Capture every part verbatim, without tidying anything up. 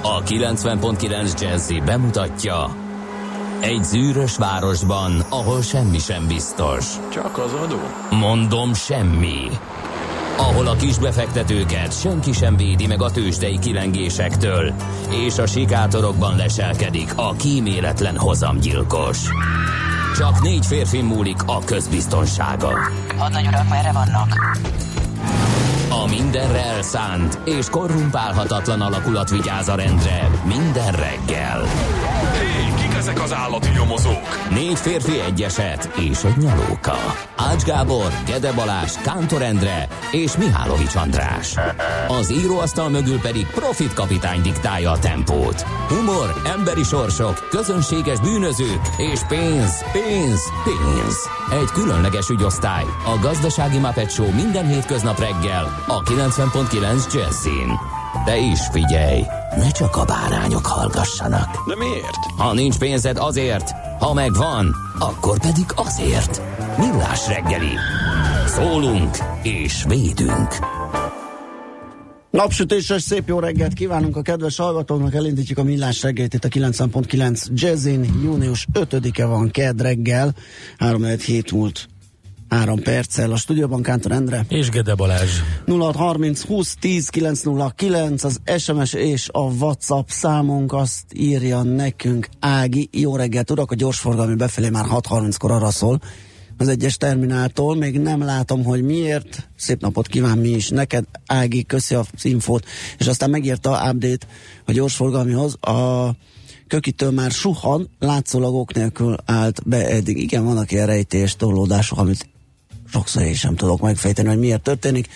A kilencven pont kilenc Jazzy bemutatja: egy zűrös városban, ahol semmi sem biztos. Csak az adó? Mondom, semmi. Ahol a kisbefektetőket senki sem védi meg a tőzsdei kilengésektől, és a sikátorokban leselkedik a kíméletlen hozamgyilkos. Csak négy férfi múlik a közbiztonsága. Hadnagy urak, merre vannak? A mindenre elszánt és korrumpálhatatlan alakulat vigyáz a rendre minden reggel. Hé, kik ezek az állati nyomozók? Négy férfi, egy eset és egy nyalóka. Ács Gábor, Gede Balázs, Kántor Endre és Mihálovics András. Az íróasztal mögül pedig Profit kapitány diktálja a tempót. Humor, emberi sorsok, közönséges bűnözők és pénz, pénz, pénz. Egy különleges ügyosztály, a Gazdasági Muppet Show minden hétköznap reggel a kilencven pont kilenc Jazzyn. De is figyelj, ne csak a bárányok hallgassanak. De miért? Ha nincs pénzed, azért, ha megvan, akkor pedig azért. Millás reggeli. Szólunk és védünk. Napsütéses szép jó reggelt kívánunk a kedves hallgatóknak, elindítjuk a Millás reggelit itt a kilencven pont kilenc Jazzyn. Június ötödike van, kedd reggel, három hét múlt három perccel. A stúdióban Kántor Endre és Gede Balázs. nulla hat harminc húsz tíz kilenc nulla kilenc az es em es és a WhatsApp számunk, azt írja nekünk Ági. Jó reggelt, urak, a gyorsforgalmi befelé már hat harminckor arra szól az egyes termináltól, még nem látom, hogy miért. Szép napot kíván mi is neked, Ági, köszi az infót, és aztán megírta update a gyorsforgalmihoz. A Kökitől már suhan, látszólag ok nélkül állt be eddig. Igen, vannak ilyen rejtélyes torlódások, amit sokszor én sem tudok megfejteni, hogy miért történik.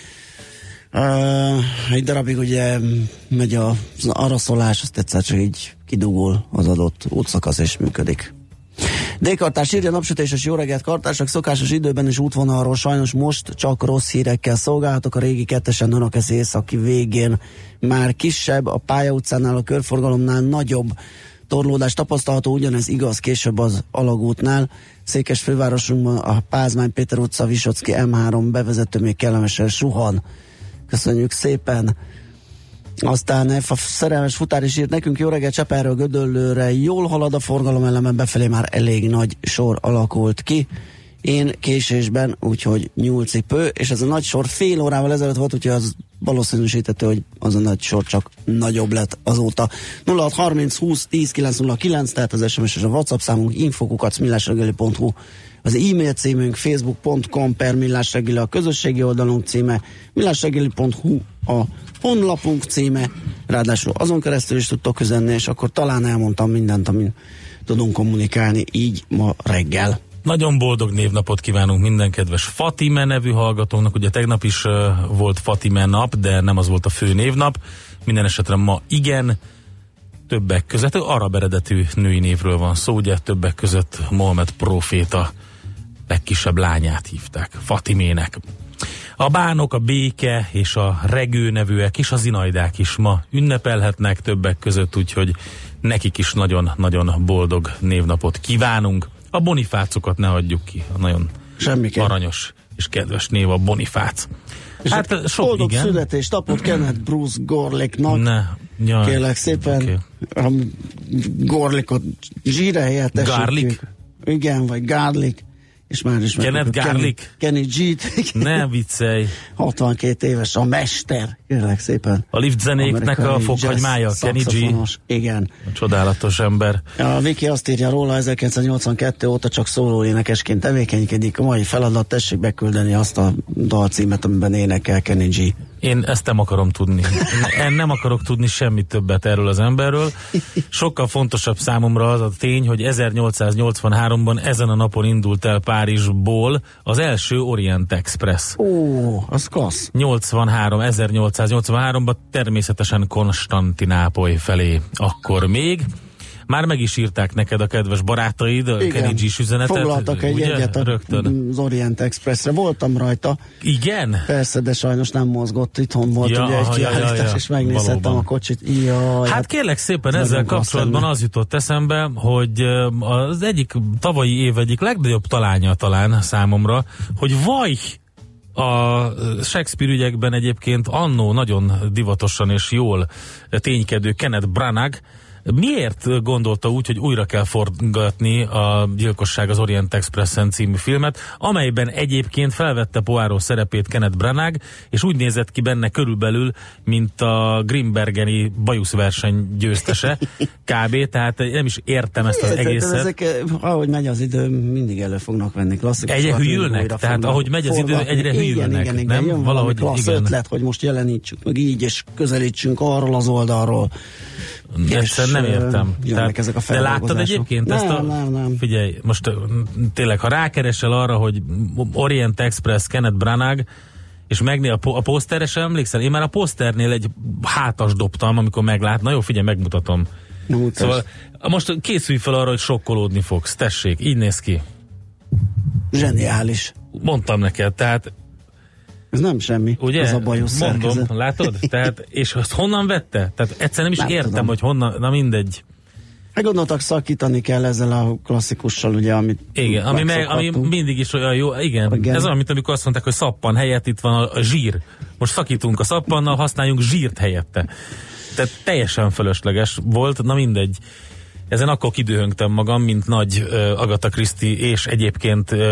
Uh, egy darabig ugye megy az araszolás, azt egyszer csak így kidugul az adott útszakasz és működik. D-kartás írja, napsütéses jó reggelt, kartársak, szokásos időben és útvonalról sajnos most csak rossz hírekkel szolgálhatok. A régi kettesen Dunakeszi északi végén már kisebb, a pályautcánál, a körforgalomnál nagyobb torlódás tapasztalható, ugyanez igaz később az Alagútnál. Székes fővárosunkban a Pázmány Péter utca, Visocki em három bevezető még kellemesen suhan. Köszönjük szépen! Aztán F a szerelmes futár is írt nekünk, jó reggel, Cseperről Gödöllőre jól halad a forgalom, ellenben befelé már elég nagy sor alakult ki. Én késésben, úgyhogy nyúlcipő, és ez a nagy sor fél órával ezelőtt volt, úgyhogy az valószínűsíthető, hogy az a nagy sor csak nagyobb lett azóta. nulla hat harminc húsz tíz kilenc nulla kilenc, tehát az es em es és a WhatsApp számunk, infokukac millásreggeli pont hu az e-mail címünk, facebook pont com per millásreggeli a közösségi oldalunk címe, millásreggeli pont hu a honlapunk címe, ráadásul azon keresztül is tudtok üzenni, és akkor talán elmondtam mindent, amin tudunk kommunikálni így ma reggel. Nagyon boldog névnapot kívánunk minden kedves Fatime nevű hallgatónak, ugye tegnap is uh, volt Fatime nap, de nem az volt a fő névnap, minden esetre ma igen, többek között, arab eredetű női névről van szó, ugye többek között Mohamed próféta legkisebb lányát hívták Fatimének. A bánok, a béke és a regő nevűek és a zinaidák is ma ünnepelhetnek többek között, úgyhogy nekik is nagyon-nagyon boldog névnapot kívánunk. A Bonifácokat ne hagyjuk ki, a nagyon Semmiken. aranyos és kedves név a Bonifác. És hát sok, boldog igen. születésnapot Kenneth Bruce Gorlicknak. Ne, jaj, kérlek szépen. Okay. A Gorlickot zsíre helyettesítjük. Garlic? Igen, vagy Garlic. És már is Kenneth Garlic? Kenny, Kenny G-t. Ne viccelj. hatvankét éves, a mester. Kérlek szépen. A lift zenéknek a fokhagymája, Kenny G. Igen. A csodálatos ember. A Viki azt írja róla, ezerkilencszáznyolcvankettő óta csak szólóénekesként tevékenykedik. A mai feladat, tessék beküldeni azt a dalcímet, amiben énekel Kenny G. Én ezt nem akarom tudni. Én nem akarok tudni semmit többet erről az emberről. Sokkal fontosabb számomra az a tény, hogy ezernyolcszáznyolcvanháromban ezen a napon indult el Párizsból az első Orient Express. Ó, az klassz. nyolcvanhárom, ezernyolcszáznyolcvanháromban természetesen Konstantinápoly felé akkor még. Már meg is írták neked a kedves barátaid, a Kenny G-s üzenetet. Foglaltak egy ugye? egyet a, Rögtön. az Orient Expressre. Voltam rajta. Igen? Persze, de sajnos nem mozgott. Itthon volt ja, ugye egy kiállítás, ja, ja, és megnézhettem valóban a kocsit. Jaj, hát, hát kérlek szépen, ezzel kapcsolatban az jutott eszembe, hogy az egyik tavalyi év egyik legnagyobb találja talán számomra, hogy vaj A Shakespeare ügyekben egyébként annó nagyon divatosan és jól ténykedő Kenneth Branagh miért gondolta úgy, hogy újra kell forgatni a Gyilkosság az Orient Expressen című filmet, amelyben egyébként felvette Poirot szerepét Kenneth Branagh, és úgy nézett ki benne körülbelül, mint a Grimbergeni bajuszverseny győztese kb. Tehát nem is értem ezt az egészet. Ezek, ahogy megy az idő, mindig elő fognak venni klasszikus. Egyre hűlnek? Tehát ahogy megy az forgatni. idő, egyre hűlnek. Igen, igen, nem? Jön valahogy klassz igen. ötlet, hogy most jelenítsük meg így, és közelítsünk arról az oldalról. Ezt nem értem. Tehát, ezek a de láttad egyébként nem, ezt a... Nem, nem. Figyelj, most tényleg, ha rákeresel arra, hogy Orient Express, Kenneth Branagh, és megnél a, po- a poszterre sem emlékszel? Én már a poszternél egy hátas dobtam, amikor meglát. Na jó, figyelj, megmutatom. Nem szóval most készülj fel arra, hogy sokkolódni fogsz. Tessék, így néz ki. Zseniális. Mondtam neked, tehát ez nem semmi. ugye? Ez a bajusz Mondom, szerkezet. látod? Tehát, és azt honnan vette? Tehát egyszer nem is Nem értem, tudom. hogy honnan, na mindegy. Hát gondoltak, szakítani kell ezzel a klasszikussal, ugye, amit Igen, ami, meg, ami mindig is olyan jó, igen, igen. Ez olyan, mint amikor azt mondták, hogy szappan helyett itt van a, a zsír. Most szakítunk a szappannal, használjunk zsírt helyette. Tehát teljesen fölösleges volt, na mindegy. Ezen akkor kidühöngtem magam, mint nagy uh, Agatha Christie és egyébként uh,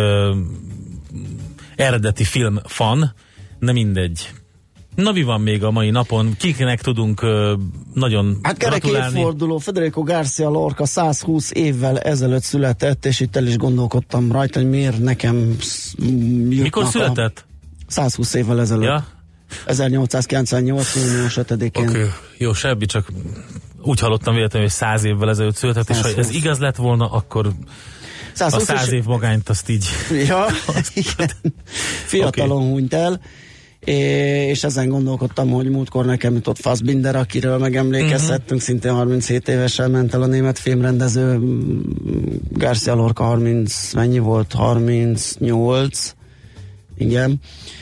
eredeti film fan, na mindegy. Na mi van még a mai napon? Kiknek tudunk uh, nagyon Hát kerek gratulálni? évforduló, Federico García Lorca száz húsz évvel ezelőtt született, és itt el is gondolkodtam rajta, hogy miért nekem jutnak. Mikor született? A száz húsz évvel ezelőtt. Ja? ezernyolcszázkilencvennyolc június ötödikén. Okay. Jó, sebbi, csak úgy hallottam véletlenül, hogy száz évvel ezelőtt született, és ha ez igaz lett volna, akkor a száz év magányt azt így... Ja, igen. Fiatalon okay. hunyt el, és ezen gondolkodtam, hogy múltkor nekem jutott Fassbinder, akiről megemlékezhettünk, uh-huh. szintén harminchét évesen ment el a német filmrendező. García Lorca harminc, mennyi volt? harmincnyolc. Igen.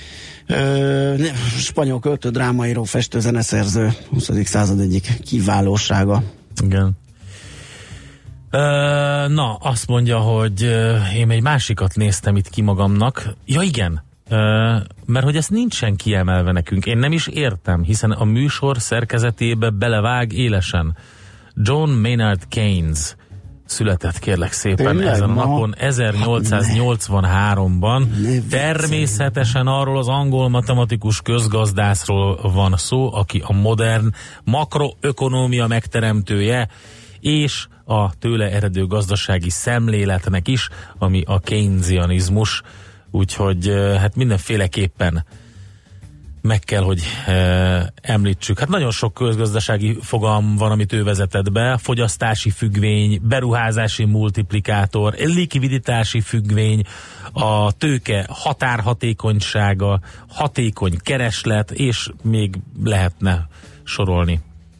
Ö, spanyol költő, drámaíró, festő, zeneszerző, huszadik század egyik kiválósága. Igen. Ö, na, azt mondja, hogy én egy másikat néztem itt ki magamnak. Ja, igen. Ö, mert hogy ez nincsen kiemelve nekünk. Én nem is értem, hiszen a műsor szerkezetébe belevág élesen. John Maynard Keynes született, kérlek szépen, Tényleg, ezen a napon ezernyolcszáznyolcvanháromban. Természetesen arról az angol matematikus közgazdászról van szó, aki a modern makroökonómia megteremtője, és a tőle eredő gazdasági szemléletnek is, ami a keynesianizmus. Úgyhogy hát mindenféleképpen meg kell, hogy e, említsük. Hát nagyon sok közgazdasági fogalm van, amit ő vezetett be. Fogyasztási függvény, beruházási multiplikátor, likviditási függvény, a tőke határhatékonysága, hatékony kereslet, és még lehetne sorolni.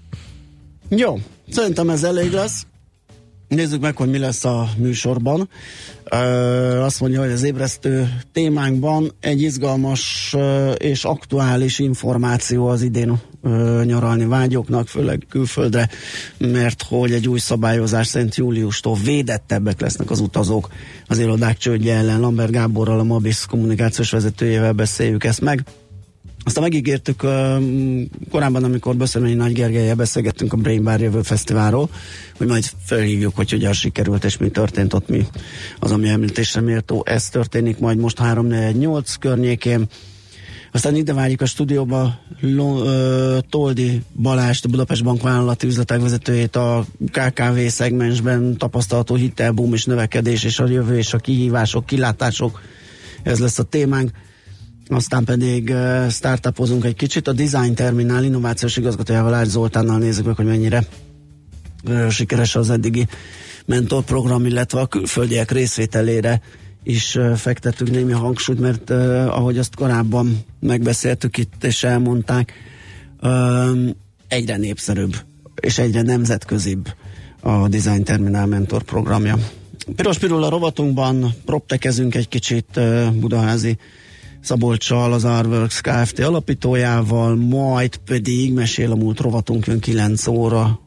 Jó, szerintem ez elég lesz. Nézzük meg, hogy mi lesz a műsorban. Ö, azt mondja, hogy az ébresztő témánkban egy izgalmas ö, és aktuális információ az idén ö, nyaralni vágyóknak, főleg külföldre, mert hogy egy új szabályozás szerint júliustól védettebbek lesznek az utazók az irodák csődje ellen. Lambert Gáborral, a Mabis kommunikációs vezetőjével beszéljük ezt meg. Aztán megígértük uh, korábban, amikor Böszörményi Nagy Gergellyel beszélgettünk a Brain Bar Jövő Fesztiválról, hogy majd felhívjuk, hogy hogyan sikerült és mi történt ott, mi az, ami említésre méltó. Ez történik majd most három negyvennyolc környékén. Aztán ide várjuk a stúdióba Lo, uh, Toldi Balást, a Budapest Bank vállalati üzletek vezetőjét, a ká ká vé szegmensben tapasztalható hitelboom és növekedés, és a jövő és a kihívások, kilátások. Ez lesz a témánk. Aztán pedig uh, startupozunk egy kicsit. A Design Terminál innovációs igazgatójával, Ács Zoltánnal nézzük meg, hogy mennyire uh, sikeres az eddigi mentorprogram, illetve a külföldiek részvételére is uh, fektettük némi hangsúlyt, mert uh, ahogy azt korábban megbeszéltük itt, és elmondták, uh, egyre népszerűbb és egyre nemzetközibb a Design Terminál mentor programja. Piros Pirula rovatunkban proptekezünk egy kicsit uh, Budaházi Szabolccsal, az Artworks Kft. Alapítójával, majd pedig mesél a múlt rovatunk, jön kilenc óra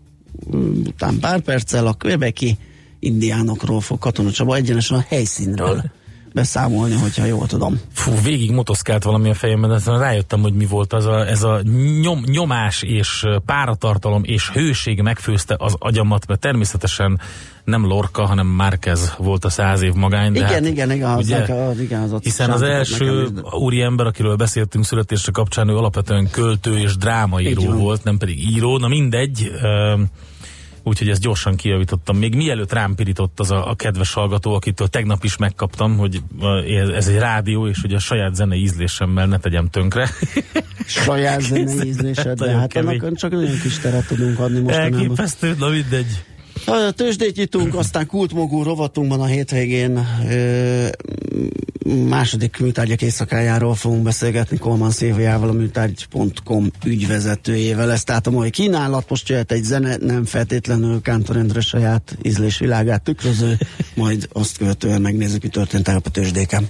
után pár perccel a quebeci indiánokról fog Katona Csaba egyenesen a helyszínről beszámolni, hogyha jól tudom. Fú, végig motoszkált valami a fejemben, de aztán rájöttem, hogy mi volt az a, ez a nyom, nyomás és páratartalom és hőség megfőzte az agyamat, mert természetesen nem Lorca, hanem Márquez volt a száz év magány. De igen, hát, igen, igen, az, ugye, az, igen, az ott hiszen az első úriember, akiről beszéltünk születésre kapcsán, ő alapvetően költő és drámaíró volt, nem pedig író. Na mindegy, úgyhogy ezt gyorsan kijavítottam. Még mielőtt rám pirított az a, a kedves hallgató, akitől tegnap is megkaptam, hogy ez egy rádió, és hogy a saját zene ízlésemmel ne tegyem tönkre. Saját zene ízlésed, de hát annak csak nagyon kis teret tudunk adni most. Elképesztő, na mindegy. A tőzsdét nyitunk, aztán kultmogul rovatunkban a hétvégén ö, második műtárgyak éjszakájáról fogunk beszélgetni Kolman Szilviával, a műtárgy pont com ügyvezetőjével. Ez tehát a mai kínálat, most jöhet egy zene, nem feltétlenül Kántor Endre saját ízlésvilágát tükröző, majd azt követően megnézzük, mi történt a tőzsdéken.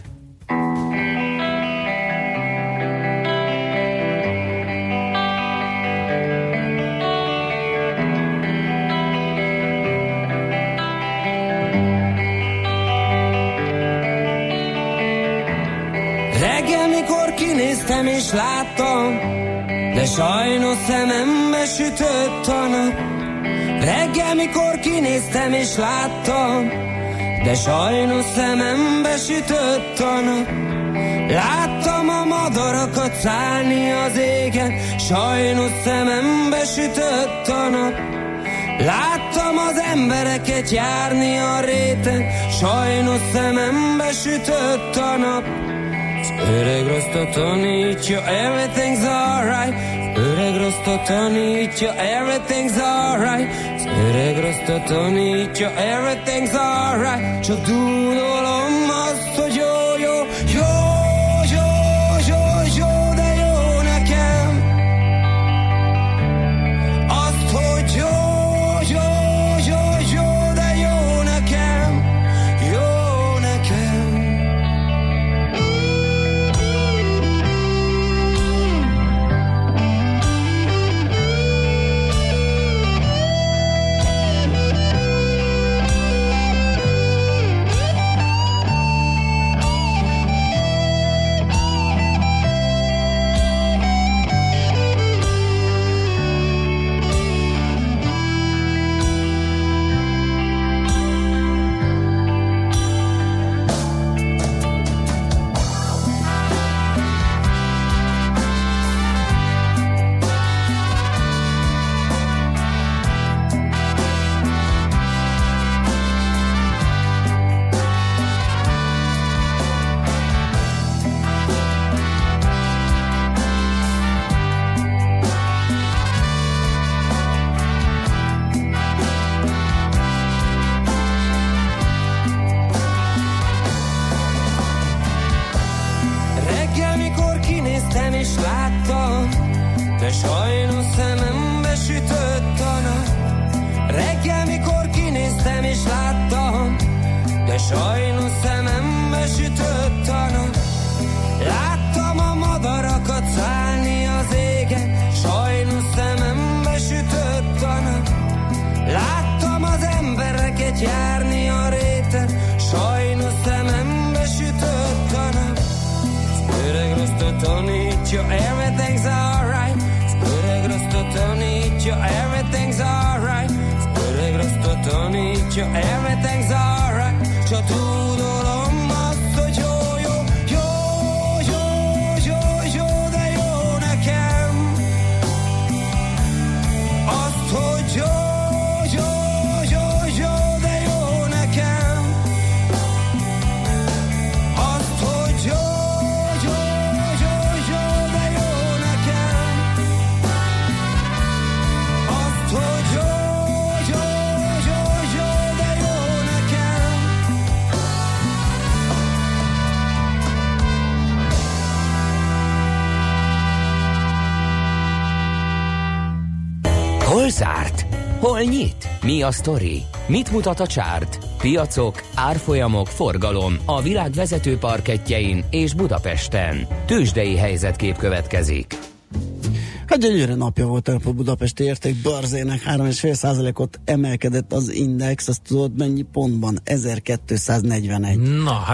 Kinéztem és láttam, de sajnos szemembe sütött a nap. Reggel, mikor kinéztem és láttam, de sajnos szemembe sütött a nap. Láttam a madarakat szállni az égen, sajnos szemembe sütött a nap. Láttam az embereket járni a réten, sajnos szemembe sütött a nap. Öreg rostot tanítja, everything's alright. Öreg rostot tanítja, everything's alright. Öreg rostot tanítja, everything's alright. Csak dúdolom azt, hogy jó, jó, jó, jó, jó, jó, de jó nekem. Azt, hogy jó, jó, jó, jó, de jó nekem. Jó nekem. Everything's alright. Csak tudolom azt, hogy jó, jó, jó, jó, jó, jó, de jó nekem. Azt, hogy jó, jó, jó, jó, de jó nekem. Azt, hogy jó, jó, jó, jó, de jó nekem. Azt, hogy jó. Hol zárt? Hol nyit? Mi a sztori? Mit mutat a csárt? Piacok, árfolyamok, forgalom a világ vezető parkettjein és Budapesten. Tőzsdei helyzetkép következik. Hát gyönyörű napja volt a budapesti értékbörzének, három egész öt százalékot emelkedett az index, azt tudod mennyi pontban? ezerkétszáznegyvenegy. Na, hát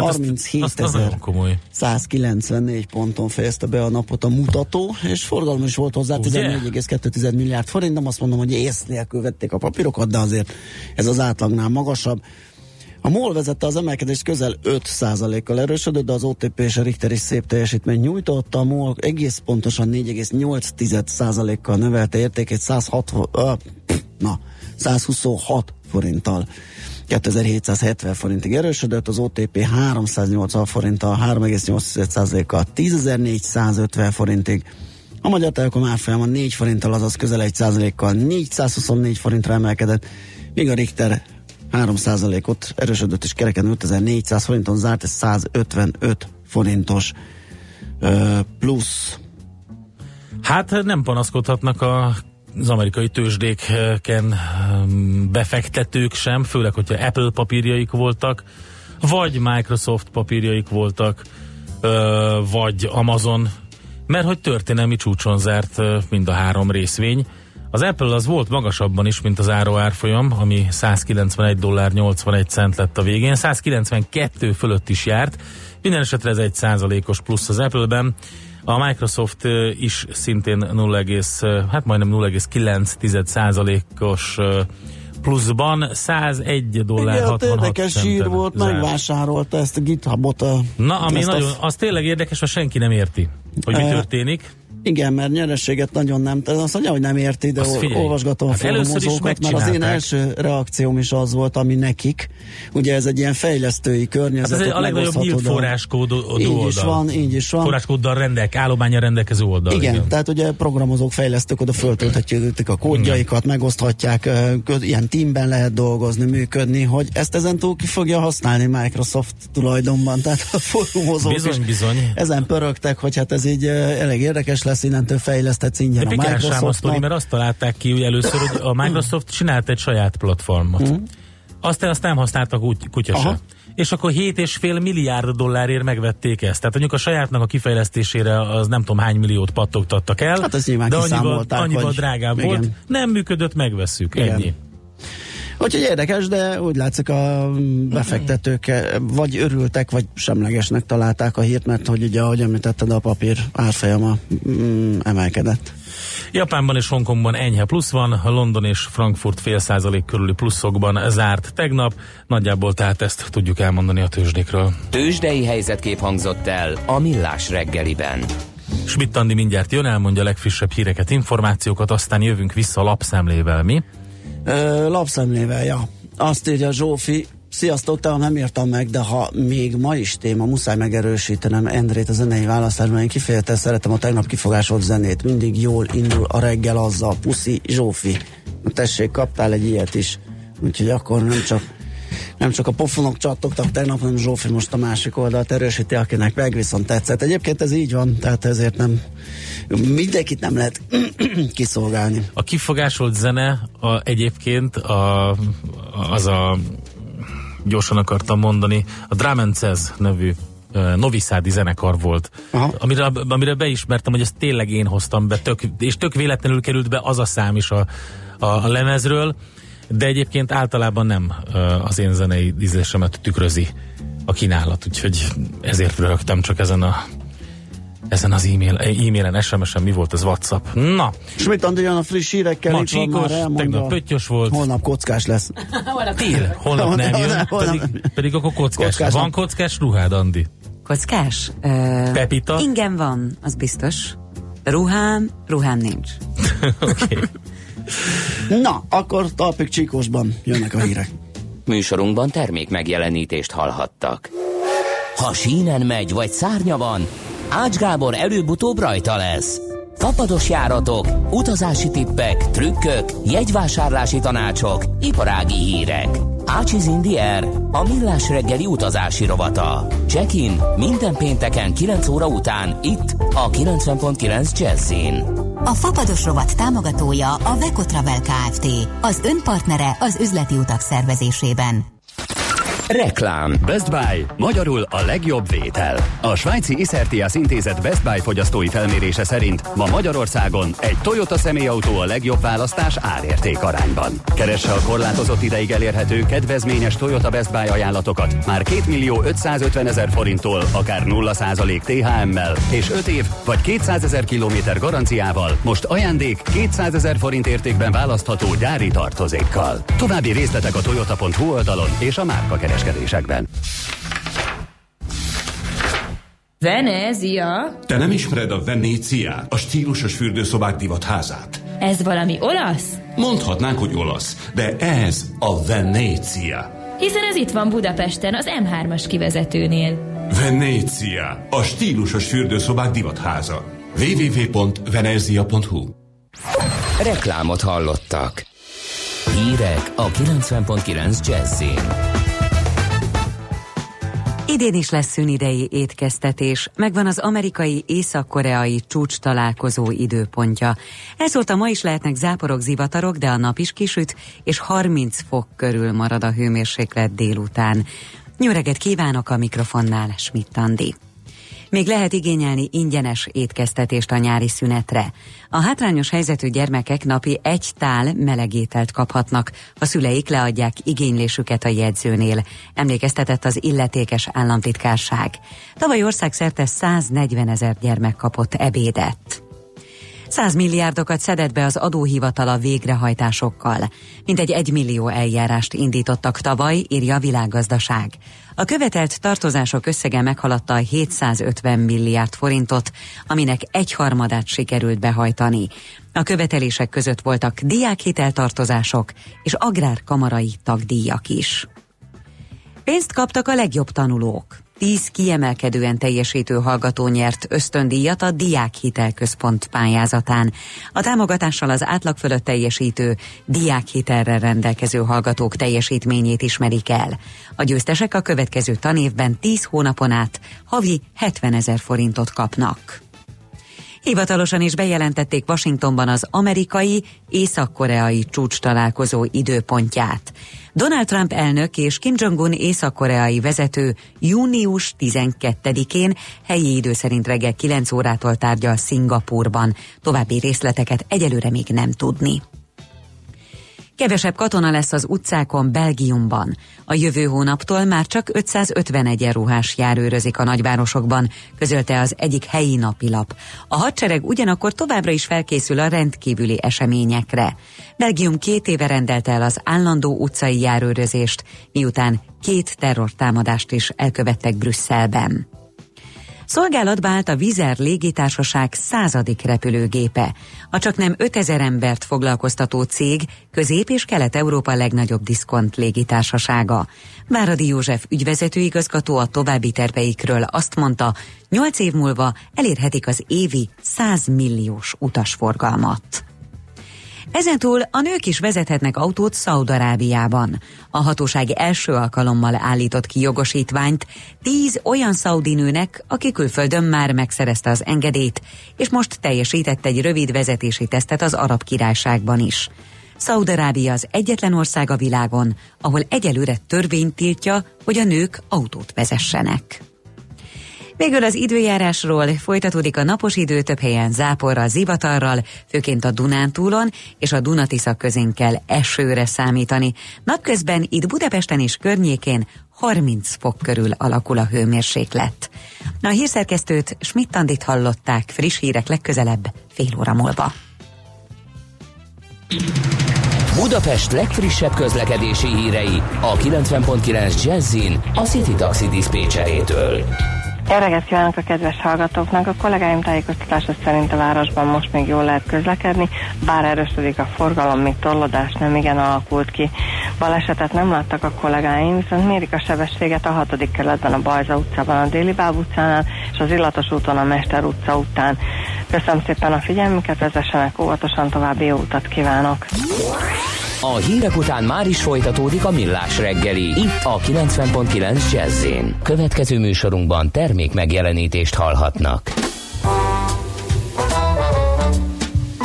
harminchét-száz-kilencvennégy ponton fejezte be a napot a mutató, és forgalom is volt hozzá tizennégy egész kettő milliárd forint, nem azt mondom, hogy ész nélkül vették a papírokat, de azért ez az átlagnál magasabb. A MOL vezette az emelkedést, közel öt százalékkal erősödött, de az o té pé és a Richter is szép teljesítmény nyújtott. A MOL egész pontosan négy egész nyolc százalékkal növelte értékét százhatvan, uh, na, százhuszonhat forinttal. kétezer-hétszázhetven forintig erősödött, az o té pé háromszáznyolcvan forinttal, három egész nyolc százalékkal tízezer-négyszázötven forintig. A Magyar Telekom árfolyama négy forinttal, azaz közel egy százalékkal négyszázhuszonnégy forintra emelkedett, míg a Richter három százalékot erősödött, és kereken ötezer-négyszáz forinton zárt, ez százötvenöt forintos ö, plusz. Hát nem panaszkodhatnak a az amerikai tőzsdéken befektetők sem, főleg, hogyha Apple papírjaik voltak, vagy Microsoft papírjaik voltak, vagy Amazon, mert hogy történelmi csúcson zárt mind a három részvény. Az Apple az volt magasabban is, mint az árfolyam, ami százkilencvenegy dollár nyolcvanegy cent lett a végén, százkilencvenkettő fölött is járt, minden esetre ez egy százalékos plusz az Apple-ben. A Microsoft is szintén nulla, hát majdnem nulla egész kilenc százalékos pluszban, százegy dollár hatvanhat érdekes hír volt, megvásárolta ezt a GitHubot. A, Na, ami nagyon, az, az tényleg érdekes, hogy senki nem érti, hogy mi e, történik. Igen, mert nyerességet nagyon nem, azt mondja, hogy nem érti, de olvasgatom hát a fórumozókat, mert az én első reakcióm is az volt, ami nekik. Ugye ez egy ilyen fejlesztői környezet. Hát ez egy a legnagyobb nyílt forráskód oldal. Így is van, így is van. Forráskóddal rendelk, állománnyal rendelkező oldal. Igen, igen, tehát ugye programozók, fejlesztők oda föltölthetjük a kódjaikat, igen, megoszthatják, ilyen teamben lehet dolgozni, működni, hogy ezt ezentúl ki fogja használni Microsoft tulajdonban, tehát a fórumozók bizony, is bizony. Ezen pörögtek, hogy hát ez így elég érdekes lesz, innentől fejlesztett szintjén a Microsoftnak. Mert azt találták ki, hogy először, hogy a Microsoft csinált egy saját platformot. Mm. Aztán azt nem használtak úgy kutya se. És akkor hét egész öt milliárd dollárért megvették ezt. Tehát mondjuk a sajátnak a kifejlesztésére az nem tudom hány milliót pattogtattak el, hát ezt nyilván de annyival, annyival hogy... drágább igen, volt. Nem működött, megvesszük. Igen. Ennyi. Úgyhogy érdekes, de úgy látszik a befektetők vagy örültek, vagy semlegesnek találták a hírt, mert hogy ugye, ahogy említetted, a papír árfolyama mm, emelkedett. Japánban és Hongkongban enyhe plusz van, London és Frankfurt fél százalék körüli pluszokban zárt tegnap, nagyjából tehát ezt tudjuk elmondani a tőzsdékről. Tőzsdei helyzetkép hangzott el a Millás reggeliben. Schmidt Andi mindjárt jön, elmondja a legfrissebb híreket, információkat, aztán jövünk vissza lapszemlével, mi? Ö, lapszemlével, ja. Azt írja Zsófi, sziasztok, te nem írtam meg, de ha még ma is téma, muszáj megerősítenem Endrét a zenei választásban. Én kifejezetten szeretem a tegnap kifogásolt zenét. Mindig jól indul a reggel azzal. Puszi, Zsófi. Tessék, kaptál egy ilyet is. Úgyhogy akkor nem csak nem csak a pofonok csattogtak tegnap, hanem Zsófi most a másik oldalt erősíti, akinek meg viszont tetszett. Egyébként ez így van, tehát ezért nem mindenkit nem lehet kiszolgálni. A kifogásolt zene a, egyébként a, az a gyorsan akartam mondani, a Drum and Jazz nevű uh, noviszádi zenekar volt, amire, amire beismertem, hogy ezt tényleg én hoztam be, tök, és tök véletlenül került be az a szám is a, a, a lemezről, de egyébként általában nem uh, az én zenei ízlésemet tükrözi a kínálat, úgyhogy ezért röhögtem csak ezen a ezen az e-mail, e-mailen, es em es-en, mi volt ez, WhatsApp. Na! Schmidt Andi jön a friss hírekkel. Ma csíkos, tegnap pöttyös volt. Holnap kockás lesz. Tél, holnap nem jön, pedig, pedig akkor kockás. kockás van kockás ruhád, Andi? Kockás? Uh, Pepita? Igen van, az biztos. Ruhám, ruhám nincs. Oké. Okay. Na, akkor talpig csíkosban jönnek a hírek. Műsorunkban termék megjelenítést hallhattak. Ha sínen megy, vagy szárnya van, Ács Gábor előbb-utóbb rajta lesz. Fapados járatok, utazási tippek, trükkök, jegyvásárlási tanácsok, iparági hírek. Ácsiz in the Air, a millás reggeli utazási rovata. Check-in minden pénteken kilenc óra után itt a kilencven pont kilenc Jazzin. A Fapados rovat támogatója a Veco Travel Kft. Az önpartnere az üzleti utak szervezésében. Reklám. Best Buy, magyarul a legjobb vétel. A svájci Iszertias intézet Best Buy fogyasztói felmérése szerint ma Magyarországon egy Toyota személyautó a legjobb választás árérték arányban. Keresse a korlátozott ideig elérhető kedvezményes Toyota Best Buy ajánlatokat már két millió ötszázötvenezer forinttól, akár nulla százalék té há emmel és öt év vagy kétszázezer kilométer garanciával, most ajándék kétszázezer forint értékben választható gyári tartozékkal. További részletek a toyota pont hu oldalon és a márka kereskedésekben. Venezia? Te nem ismered a Venéciát, a stílusos fürdőszobák divatházát? Ez valami olasz? Mondhatnánk, hogy olasz, de ez a Venécia. Hiszen ez itt van Budapesten, az em hármas kivezetőnél. Venécia, a stílusos fürdőszobák divatháza. double-u double-u double-u pont venezia pont hu. Reklámot hallottak. Hírek a kilencven pont kilenc Jazzin. Idén is lesz szünidei étkeztetés, megvan az amerikai észak-koreai csúcs találkozó időpontja. Ezóta ma is lehetnek záporok, zivatarok, de a nap is kisüt, és harminc fok körül marad a hőmérséklet délután. Jó reggelt kívánok, a mikrofonnál Schmidt Andi. Még lehet igényelni ingyenes étkeztetést a nyári szünetre. A hátrányos helyzetű gyermekek napi egy tál melegételt kaphatnak, ha szüleik leadják igénylésüket a jegyzőnél, emlékeztetett az illetékes államtitkárság. Tavaly országszerte száznegyvenezer gyermek kapott ebédet. száz milliárdokat szedett be az adóhivatal a végrehajtásokkal. Mintegy egy millió eljárást indítottak tavaly, írja a Világgazdaság. A követelt tartozások összege meghaladta a hétszázötven milliárd forintot, aminek egyharmadát sikerült behajtani. A követelések között voltak diákhiteltartozások és agrárkamarai tagdíjak is. Pénzt kaptak a legjobb tanulók. Tíz kiemelkedően teljesítő hallgató nyert ösztöndíjat a Diákhitelközpont pályázatán. A támogatással az átlag fölött teljesítő, diákhitelre rendelkező hallgatók teljesítményét ismerik el. A győztesek a következő tanévben tíz hónapon át havi hetvenezer forintot kapnak. Hivatalosan is bejelentették Washingtonban az amerikai, észak-koreai csúcs találkozó időpontját. Donald Trump elnök és Kim Jong-un észak-koreai vezető június tizenkettedikén helyi idő szerint reggel kilenc órától tárgyal Szingapúrban. További részleteket egyelőre még nem tudni. Kevesebb katona lesz az utcákon Belgiumban. A jövő hónaptól már csak ötszázötven egyenruhás járőrözik a nagyvárosokban, közölte az egyik helyi napilap. A hadsereg ugyanakkor továbbra is felkészül a rendkívüli eseményekre. Belgium két éve rendelte el az állandó utcai járőrözést, miután két terrortámadást is elkövettek Brüsszelben. Szolgálatba állt a Wizz Air légitársaság századik repülőgépe. A csaknem ötezer embert foglalkoztató cég Közép- és Kelet-Európa legnagyobb diszkont légitársasága. Váradi József ügyvezetőigazgató a további terveikről azt mondta, nyolc év múlva elérhetik az évi száz milliós utasforgalmat. Ezentúl a nők is vezethetnek autót Szaúd-Arábiában. A hatóság első alkalommal állított ki jogosítványt tíz olyan szaudi nőnek, aki külföldön már megszerezte az engedélyt, és most teljesített egy rövid vezetési tesztet az Arab Királyságban is. Szaúd-Arábia az egyetlen ország a világon, ahol egyelőre törvény tiltja, hogy a nők autót vezessenek. Végül az időjárásról: folytatódik a napos idő, több helyen záporral, zivatarral, főként a Dunántúlon és a Duna-Tisza közén kell esőre számítani. Napközben itt Budapesten és környékén harminc fok körül alakul a hőmérséklet. A hírszerkesztőt, Schmidt Andit hallották, friss hírek legközelebb fél óra múlva. Budapest legfrissebb közlekedési hírei a kilencven pont kilenc Jazzin a City Taxi diszpécserétől. Jó reggelt kívánok a kedves hallgatóknak! A kollégáim tájékoztatása szerint a városban most még jól lehet közlekedni, bár erősödik a forgalom, még torlódás nem igen alakult ki. Balesetet nem láttak a kollégáim, viszont mérik a sebességet a hatodik kerületben a Bajza utcában, a Déli Báb utcánál és az Illatos úton a Mester utca után. Köszönöm szépen a figyelmüket, vezessenek óvatosan, további jó utat kívánok! A hírek után már is folytatódik a Millás reggeli, itt a kilencven pont kilenc Jazz-én. Következő műsorunkban termék megjelenítést hallhatnak.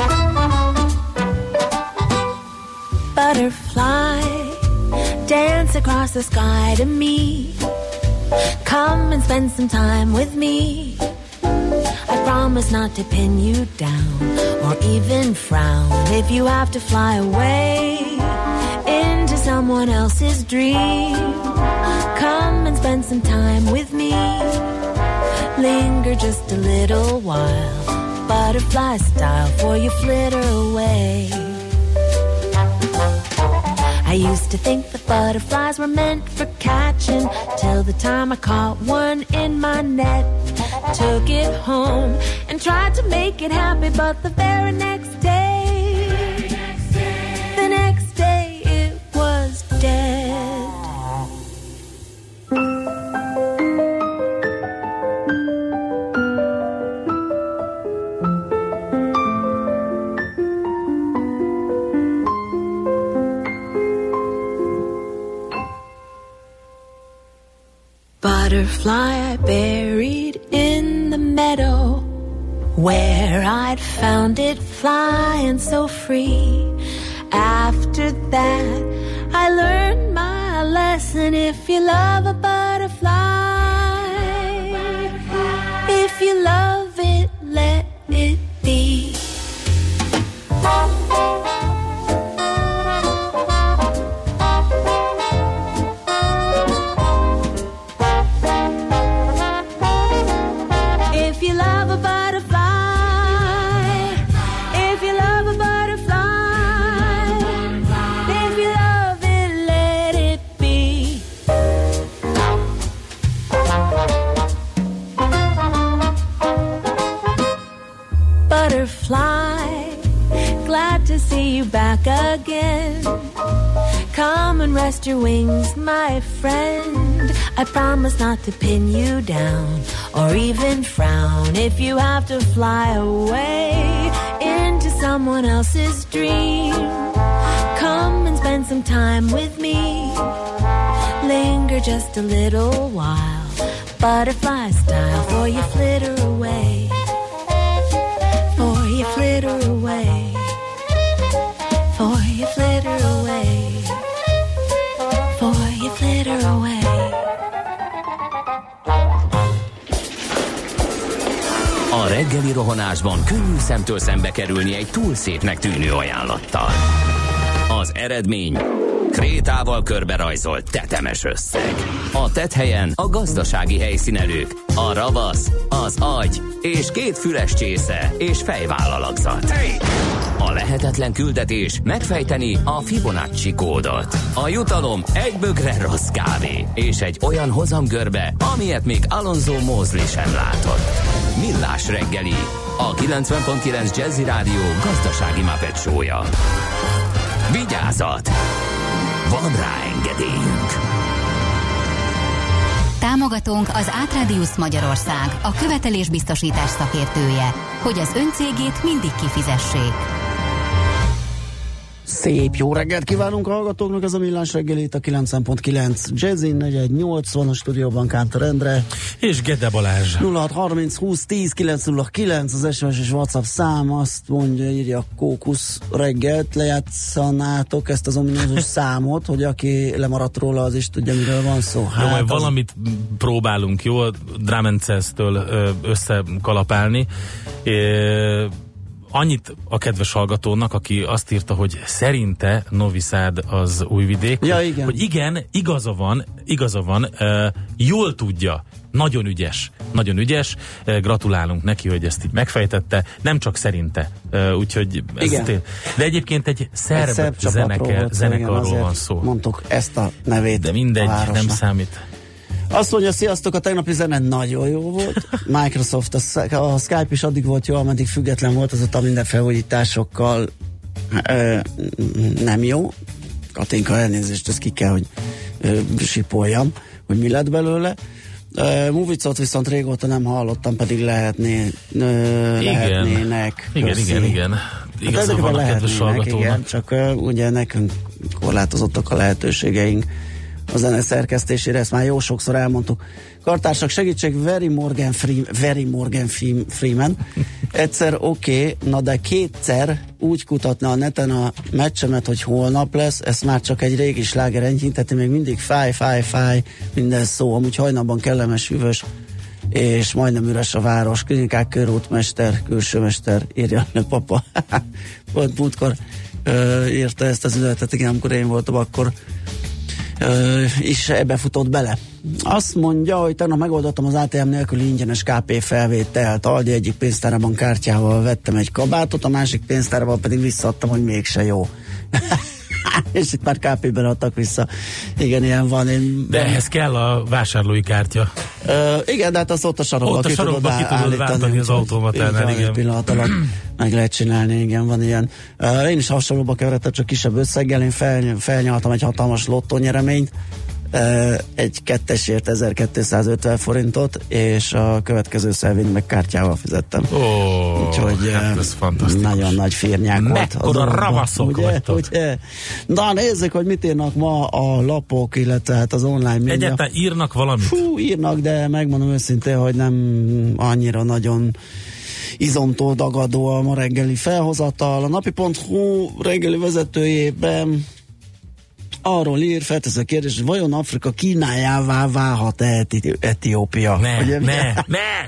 Butterfly dancing across the sky to me. Come and spend some time with me. I promise not to pin you down or even frown if you have to fly away into someone else's dream. Come and spend some time with me. Linger just a little while, butterfly style, for you flitter away. I used to think that butterflies were meant for catching, till the time I caught one in my net. Took it home and tried to make it happy, but the very next day, the next day it was dead. Butterfly I buried in the meadow, where I'd found it flying so free. After that I learned my lesson. If you love a butterfly, if you love it, let it be. Glad to see you back again. Come and rest your wings, my friend. I promise not to pin you down or even frown if you have to fly away into someone else's dream. Come and spend some time with me. Linger just a little while, butterfly style, for you flitter away. For you flitter away. For you flitter away. For you flitter away. A reggeli rohanásban könnyű szemtől szembe kerülni egy túl szépnek tűnő ajánlattal. Az eredmény: krétával körberajzolt tetemes összeg. A tetthelyen a gazdasági helyszínelők, a ravasz, az agy és két füles csésze és fejvállalakzat. A lehetetlen küldetés megfejteni a Fibonacci kódot. A jutalom egy bögre rossz kávé és egy olyan hozamgörbe, amilyet még Alonso Mosley sem látott. Millás reggeli, a kilencven pont kilenc Jazzy Rádió gazdasági Muppet show-ja. Vigyázat! Van rá engedélyünk! Támogatónk az Átradius Magyarország, a követelésbiztosítás szakértője, hogy az ön cégét mindig kifizessék. Szép jó reggelt kívánunk a hallgatóknak, ez a Millás reggeli, itt a kilencven pont kilenc Jazzin, negyven nyolcvan a stúdióban Kántor Endre és Gede Balázs. nulla hat harminc húsz tíz kilenc nulla kilenc az es em es és WhatsApp szám, azt mondja, írja Kókusz reggelt, lejátszanátok ezt az ominózus számot, hogy aki lemaradt róla, az is tudja, miről van szó. Hát jó, majd az... valamit próbálunk, jó, a Drum and Jazz-től összekalapálni. É, annyit a kedves hallgatónak, aki azt írta, hogy szerinte Novi Sad az Újvidék, ja, hogy, igen. hogy igen, igaza van, igaza van, uh, jól tudja, nagyon ügyes, nagyon ügyes, uh, gratulálunk neki, hogy ezt így megfejtette, nem csak szerinte, uh, úgyhogy ez tél. De egyébként egy szerb, egy szerb zeneke, zenekarról igen, van szó. Mondtuk ezt a nevét. De mindegy, nem számít. Azt mondja, sziasztok, a tegnapi zene nagyon jó volt. Microsoft, a, a Skype is addig volt jó, ameddig független volt, azóta minden felújításokkal ö, nem jó. Katinka, elnézést, ezt ki kell, hogy ö, sipoljam, hogy mi lett belőle. Uh, Movicot viszont régóta nem hallottam, pedig lehetné, ö, lehetnének. Igen, köszi. igen, igen. Igazán van a kedves hallgatónak. Igen, csak uh, ugye nekünk korlátozottak a lehetőségeink a zene szerkesztésére, ezt már jó sokszor elmondtuk. Kartársak, segítség, Very Morgan, Free, Very Morgan Freeman. Egyszer oké, okay, na de kétszer úgy kutatna a neten a meccsemet, hogy holnap lesz, ez már csak egy régi sláger enyhinteti, még mindig fáj, fáj, fáj, minden szó, amúgy hajnalban kellemes, hűvös, és majdnem üres a város. Klinikák, körútmester, külsőmester, írja a papa. Pont múltkor uh, írta ezt az üzenetet, igen, amikor én voltam, akkor uh, is ebbe futott bele. Azt mondja, hogy tegnap megoldottam az á té em nélküli ingyenes ká pé felvételt. Aldi egyik pénztárában kártyával vettem egy kabátot, a másik pénztárban pedig visszaadtam, hogy mégse jó. És itt már ká pében adtak vissza. Igen, ilyen van. Én, de ehhez kell a vásárlói kártya. Uh, igen, de hát azt ott a sarokba ott a ki sarokba ki tudod váltani az automatánál, igen. Egy pillanat alatt meg lehet csinálni, igen, van ilyen. Uh, én is hasonlóba keveredtem, csak kisebb összeggel, én fel, felnyaltam egy hatalmas lottónyereményt, Uh, egy kettesért ezerkétszázötven forintot, és a következő szelvényt meg kártyával fizettem. Ó, oh, úgyhogy hát ez fantasztikus. Nagyon nagy firnyák volt. Mekkora ravaszok ugye, vagytok. Ugye? Na nézzük, hogy mit írnak ma a lapok, illetve hát az online média. Egyáltalán írnak valamit? Fú, írnak, de megmondom őszintén, hogy nem annyira nagyon izomtól dagadó a ma reggeli felhozatal. A napi pont hu reggeli vezetőjében arról ír, feltesz a kérdés, hogy vajon Afrika Kínájává válhat-e Eti- Etiópia? Ne, Ugye, ne, ne!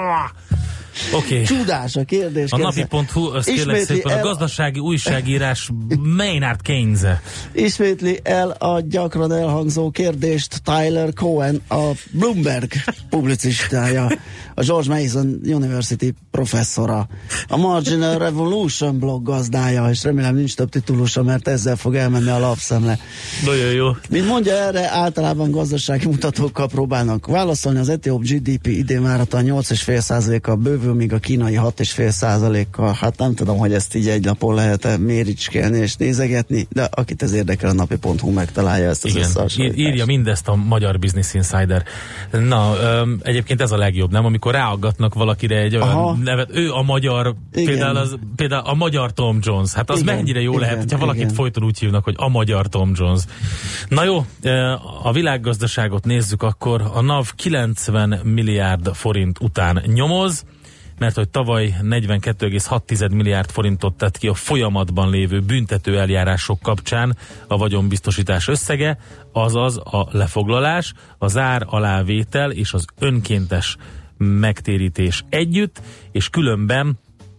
Oké. Okay. Csúdás a kérdés. A napi pont hu, azt kérlek szépen, el... a gazdasági újságírás Maynard Keynes-e. Ismétli el a gyakran elhangzó kérdést Tyler Cohen, a Bloomberg publicistája, a George Mason University professzora, a Marginal Revolution blog gazdája, és remélem nincs több titulusa, mert ezzel fog elmenni a lapszemle. Nagyon jó. Mint mondja, erre általában gazdasági mutatókkal próbálnak válaszolni. Az etióp gé dé pé idén várhatóan nyolc egész öt százalékkal bővül, míg a kínai hat egész öt százalékkal. Hát nem tudom, hogy ezt így egy napon lehet méricskélni és nézegetni, de akit ez érdekel, a napi pont hu megtalálja ezt az összehasonlítást. Írja mindezt a magyar Business Insider. Na, öm, egyébként ez a legjobb, nem? Amikor ráaggatnak valakire egy olyan Aha. nevet, ő a magyar, például, az, például a magyar Tom Jones. Hát az igen, mennyire jó igen, lehet, hogyha valakit igen. folyton úgy hívnak, hogy a magyar Tom Jones. Na jó, a világgazdaságot nézzük, akkor a NAV kilencven milliárd forint után nyomoz, mert hogy tavaly negyvenkét egész hat milliárd forintot tett ki a folyamatban lévő büntető eljárások kapcsán a vagyonbiztosítás összege, azaz a lefoglalás, az ár alávétel és az önkéntes megtérítés együtt, és különben,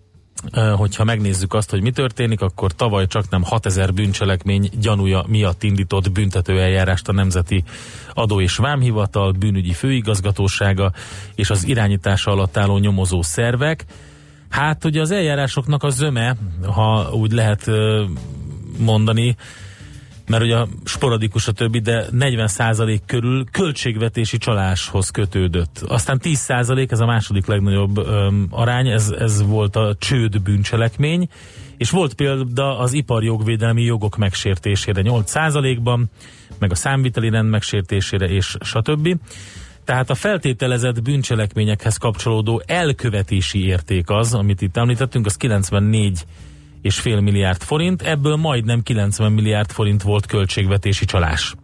hogyha megnézzük azt, hogy mi történik, akkor tavaly csak nem hatezer bűncselekmény gyanúja miatt indított büntetőeljárást a Nemzeti Adó- és Vámhivatal, Bűnügyi Főigazgatósága és az irányítása alatt álló nyomozó szervek. Hát ugye az eljárásoknak a zöme, ha úgy lehet mondani, mert ugye sporadikus a többi, de negyven százalék körül költségvetési csaláshoz kötődött. Aztán tíz százalék, ez a második legnagyobb öm, arány, ez, ez volt a csőd bűncselekmény, és volt példa az iparjogvédelmi jogok megsértésére nyolc százalékban, meg a számviteli rend megsértésére, és stb. Tehát a feltételezett bűncselekményekhez kapcsolódó elkövetési érték az, amit itt említettünk, az kilencvennégy és fél milliárd forint, ebből majdnem kilencven milliárd forint volt költségvetési csalás.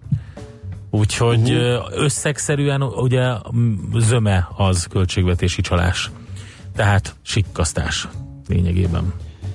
Úgyhogy uh-huh. összegszerűen ugye zöme az költségvetési csalás. Tehát sikkasztás lényegében.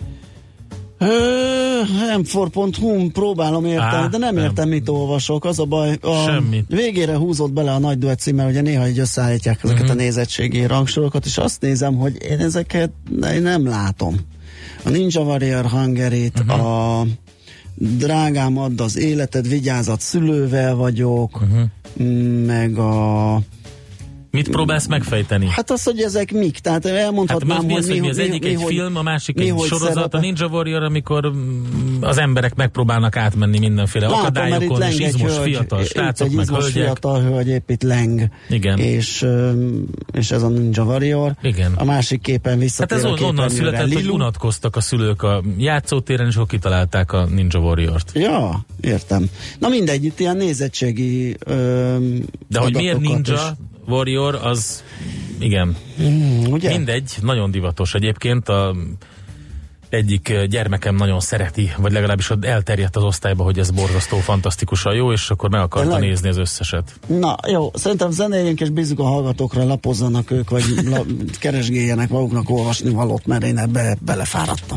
em négy pont hu próbálom érteni, Á, de nem értem, nem. mit olvasok. Az a baj, a Semmi. Végére húzott bele a nagy duett címmel, ugye néha így összeállítják ezeket uh-huh. a nézettségi rangsorokat, és azt nézem, hogy én ezeket nem látom. A Ninja Warrior Hungary-t, uh-huh. a Drágám, add az életed, vigyázat, szülővel vagyok, uh-huh. meg a... Mit próbálsz megfejteni? Hát az, hogy ezek mik, tehát elmondhatnám, hát, mi az, hogy mi, mi az mi, egyik mi, egy hogy, film, a másik mi, egy sorozat, szerepe. A Ninja Warrior, amikor az emberek megpróbálnak átmenni mindenféle Látom, akadályokon, és izmos hölgy, fiatal srácok, meg hölgyek. Fiatal hölgy, épp itt leng. Igen. És, és ez a Ninja Warrior. Igen. A másik képen visszatér hát ez a képernyőre. onnan született, hogy unatkoztak a szülők a játszótéren, és akkor kitalálták a Ninja Warriort. Ja, értem. Na mindegy, itt ilyen nézettségi de hogy miért Ninja is. Warrior, az igen. Mm, ugye? Mindegy, nagyon divatos egyébként. A egyik gyermekem nagyon szereti, vagy legalábbis ott elterjedt az osztályba, hogy ez borzasztó, fantasztikusan jó, és akkor meg akarta Leg... nézni az összeset. Na jó, szerintem zenéljünk, és bízzuk a hallgatókra, lapozzanak ők, vagy la- keresgéljenek maguknak olvasni valót, mert én ebbe belefáradtam.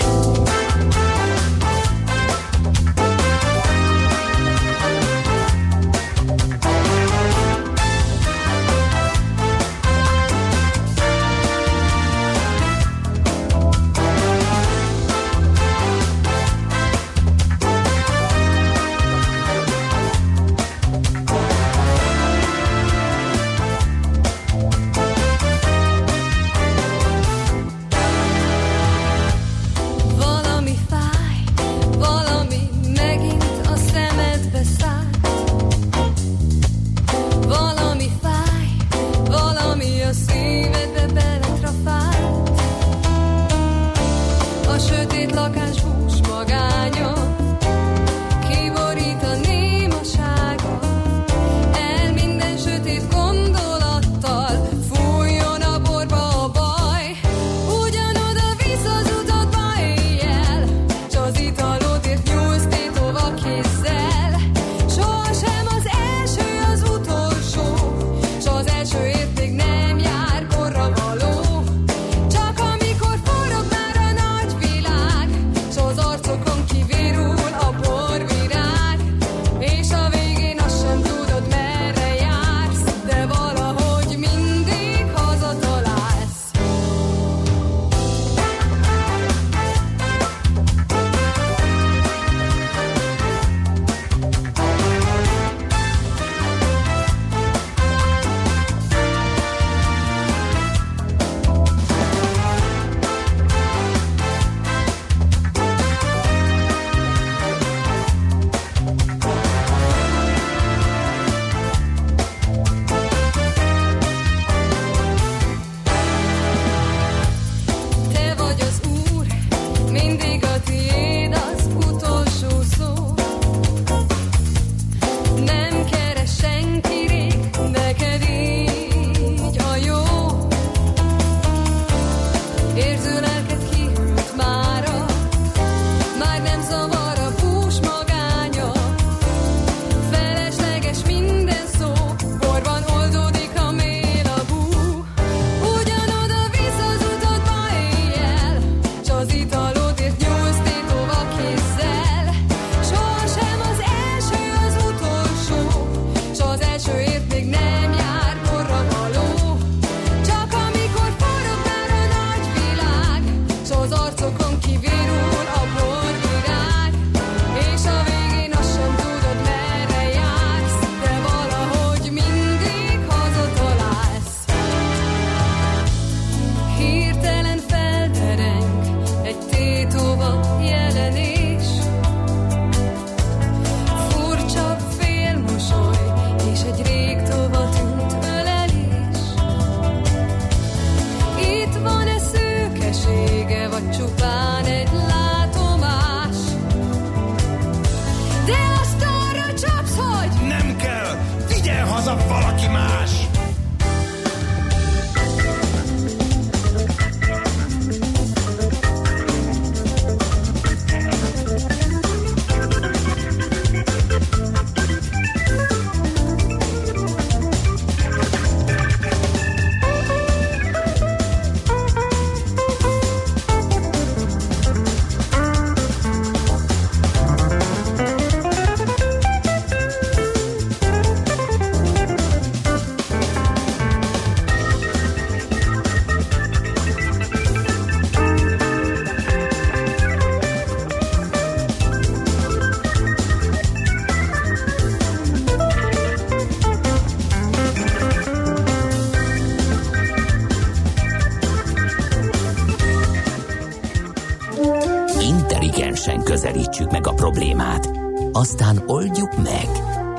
Közelítsük meg a problémát, aztán oldjuk meg.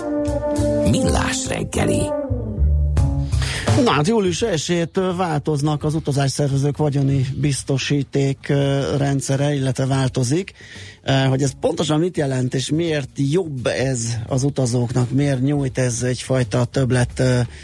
Millás reggeli. Na hát július elsejétől változnak az utazásszervezők vagyoni biztosíték rendszere, illetve változik. Hogy ez pontosan mit jelent, és miért jobb ez az utazóknak, miért nyújt ez egyfajta többlet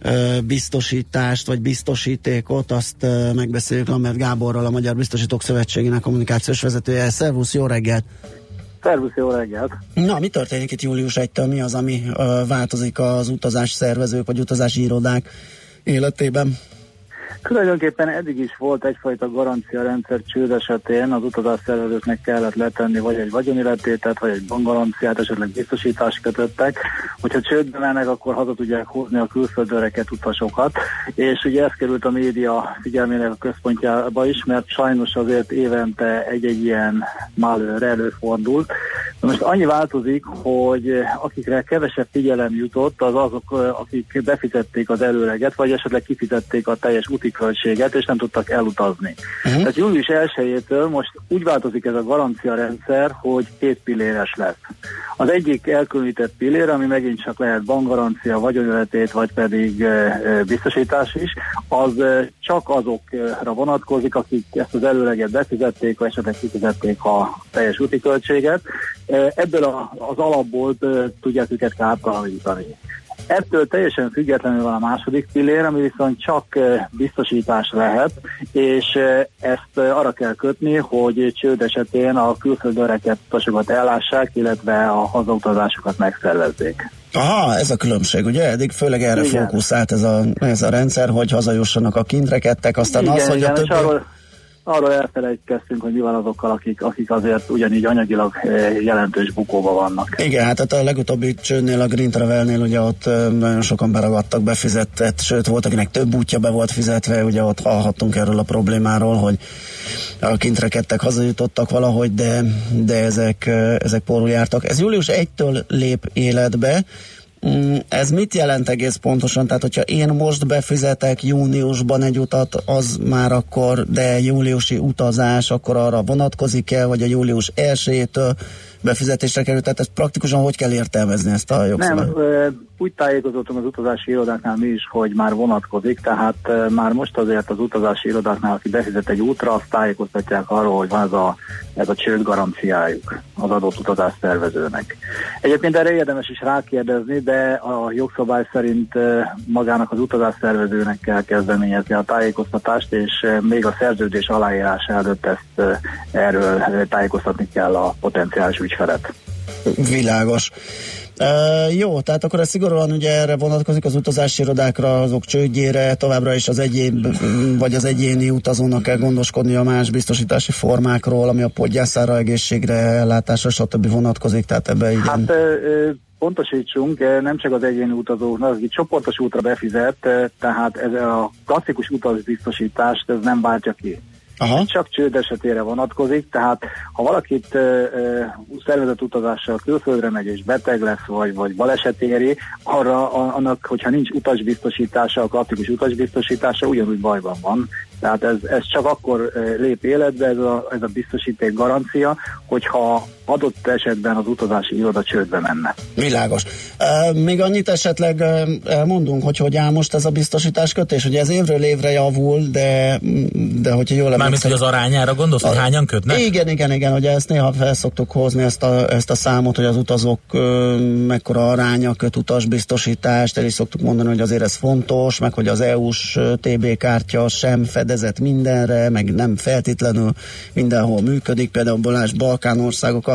biztosítást, vagy biztosítékot, azt megbeszéljük Lambert Gáborral, a Magyar Biztosítók Szövetségének kommunikációs vezetője. Szervusz, jó reggelt! Szervusz, jó reggelt! Na, mi történik itt július elsejétől? Mi az, ami uh, változik az utazás szervezők, vagy utazási irodák életében? Tulajdonképpen eddig is volt egyfajta garanciarendszer csőd esetén, az utazásszervezőknek kellett letenni vagy egy vagyoniletétet, vagy egy bankgaranciát, esetleg biztosítást kötöttek. Hogyha csődbe mennek, akkor haza tudják hozni a külföldöreket, utasokat, és ugye ez került a média figyelmének a központjába is, mert sajnos azért évente egy-egy ilyen malőr előfordult. De most annyi változik, hogy akikre kevesebb figyelem jutott, az azok, akik befizették az előleget, vagy esetleg kifizették a teljes úti költséget, és nem tudtak elutazni. Uh-huh. Tehát július elsejétől most úgy változik ez a garanciarendszer, hogy két pilléres lesz. Az egyik elkülönített pillér, ami megint csak lehet bankgarancia, vagyonületét, vagy pedig e, biztosítás is, az e, csak azokra vonatkozik, akik ezt az előleget befizették, vagy esetleg kifizették a teljes úti költséget. E, ebből a, az alapból e, tudják őket kártalanítani. Ettől teljesen függetlenül van a második pillér, ami viszont csak biztosítás lehet, és ezt arra kell kötni, hogy csőd esetén a külföldöreket, utasokat ellássák, illetve a hazautazásokat megszervezzék. Aha, ez a különbség, ugye? Eddig főleg erre igen. fókuszált ez a, ez a rendszer, hogy hazajussanak a kintrekedtek, aztán igen, az, hogy igen, a többi... Arról, arról elfelejtkeztünk, hogy mi van azokkal, akik, akik azért ugyanígy anyagilag jelentős bukóba vannak. Igen, hát a legutóbbi csődnél, a Green Travelnél ugye ott nagyon sokan beragadtak, befizetett, sőt volt, akinek több útja be volt fizetve, ugye ott hallhattunk erről a problémáról, hogy a kintrekedtek, hazajutottak valahogy, de, de ezek, ezek pórul jártak. Ez július elsejétől lép életbe. Ez mit jelent egész pontosan? Tehát, hogyha én most befizetek júniusban egy utat, az már akkor, de júliusi utazás, akkor arra vonatkozik-e, vagy a július elsejétől befizetésre kerül? Tehát ezt praktikusan hogy kell értelmezni ezt a jogszabályt? Nem, úgy tájékozottam az utazási irodáknál mi is, hogy már vonatkozik, tehát már most azért az utazási irodáknál, aki befizet egy útra, azt tájékoztatják arról, hogy van ez a, ez a csőd garanciájuk az adott utazás szervezőnek. Egyébként erre érdemes is rákérdezni, de a jogszabály szerint magának az utazás szervezőnek kell kezdeményezni a tájékoztatást, és még a szerződés aláírása előtt ezt erről tájékoztatni kell a potenciális ügyfelet. Világos. Uh, jó, tehát akkor ez szigorúan ugye erre vonatkozik az utazási irodákra, azok csődjére, továbbra is az egyéb, vagy az egyéni utazónak kell gondoskodni a más biztosítási formákról, ami a podgyászára, egészségre, ellátásra, stb. Vonatkozik, tehát ebbe igen. Hát ö, pontosítsunk, nem csak az egyéni utazóknak, aki csoportos útra befizet, tehát ez a klasszikus utazbiztosítást ez nem váltja ki. Aha. Csak csőd esetére vonatkozik, tehát ha valakit uh, uh, szervezett utazással külföldre megy és beteg lesz, vagy, vagy baleset éri, arra a, annak, hogyha nincs utasbiztosítása, a klasszikus utasbiztosítása ugyanúgy bajban van. Tehát ez, ez csak akkor uh, lép életbe, ez a, ez a biztosíték garancia, hogyha adott esetben az utazási iroda csődbe menne. Világos. Uh, még annyit esetleg uh, elmondunk, hogy hogy áll most ez a biztosításkötés, hogy ez évről évre javul, de, de hogyha jól emlékszem... Mármint, hogy az arányára gondolsz, hogy hányan kötnek? Igen, igen, igen, ugye ezt néha fel szoktuk hozni ezt a, ezt a számot, hogy az utazók uh, mekkora aránya köt utasbiztosítást, el is szoktuk mondani, hogy azért ez fontos, meg hogy az é u-s té bé kártya sem fedezett mindenre, meg nem feltétlenül mindenhol működik, például Balázs Balkán országokat.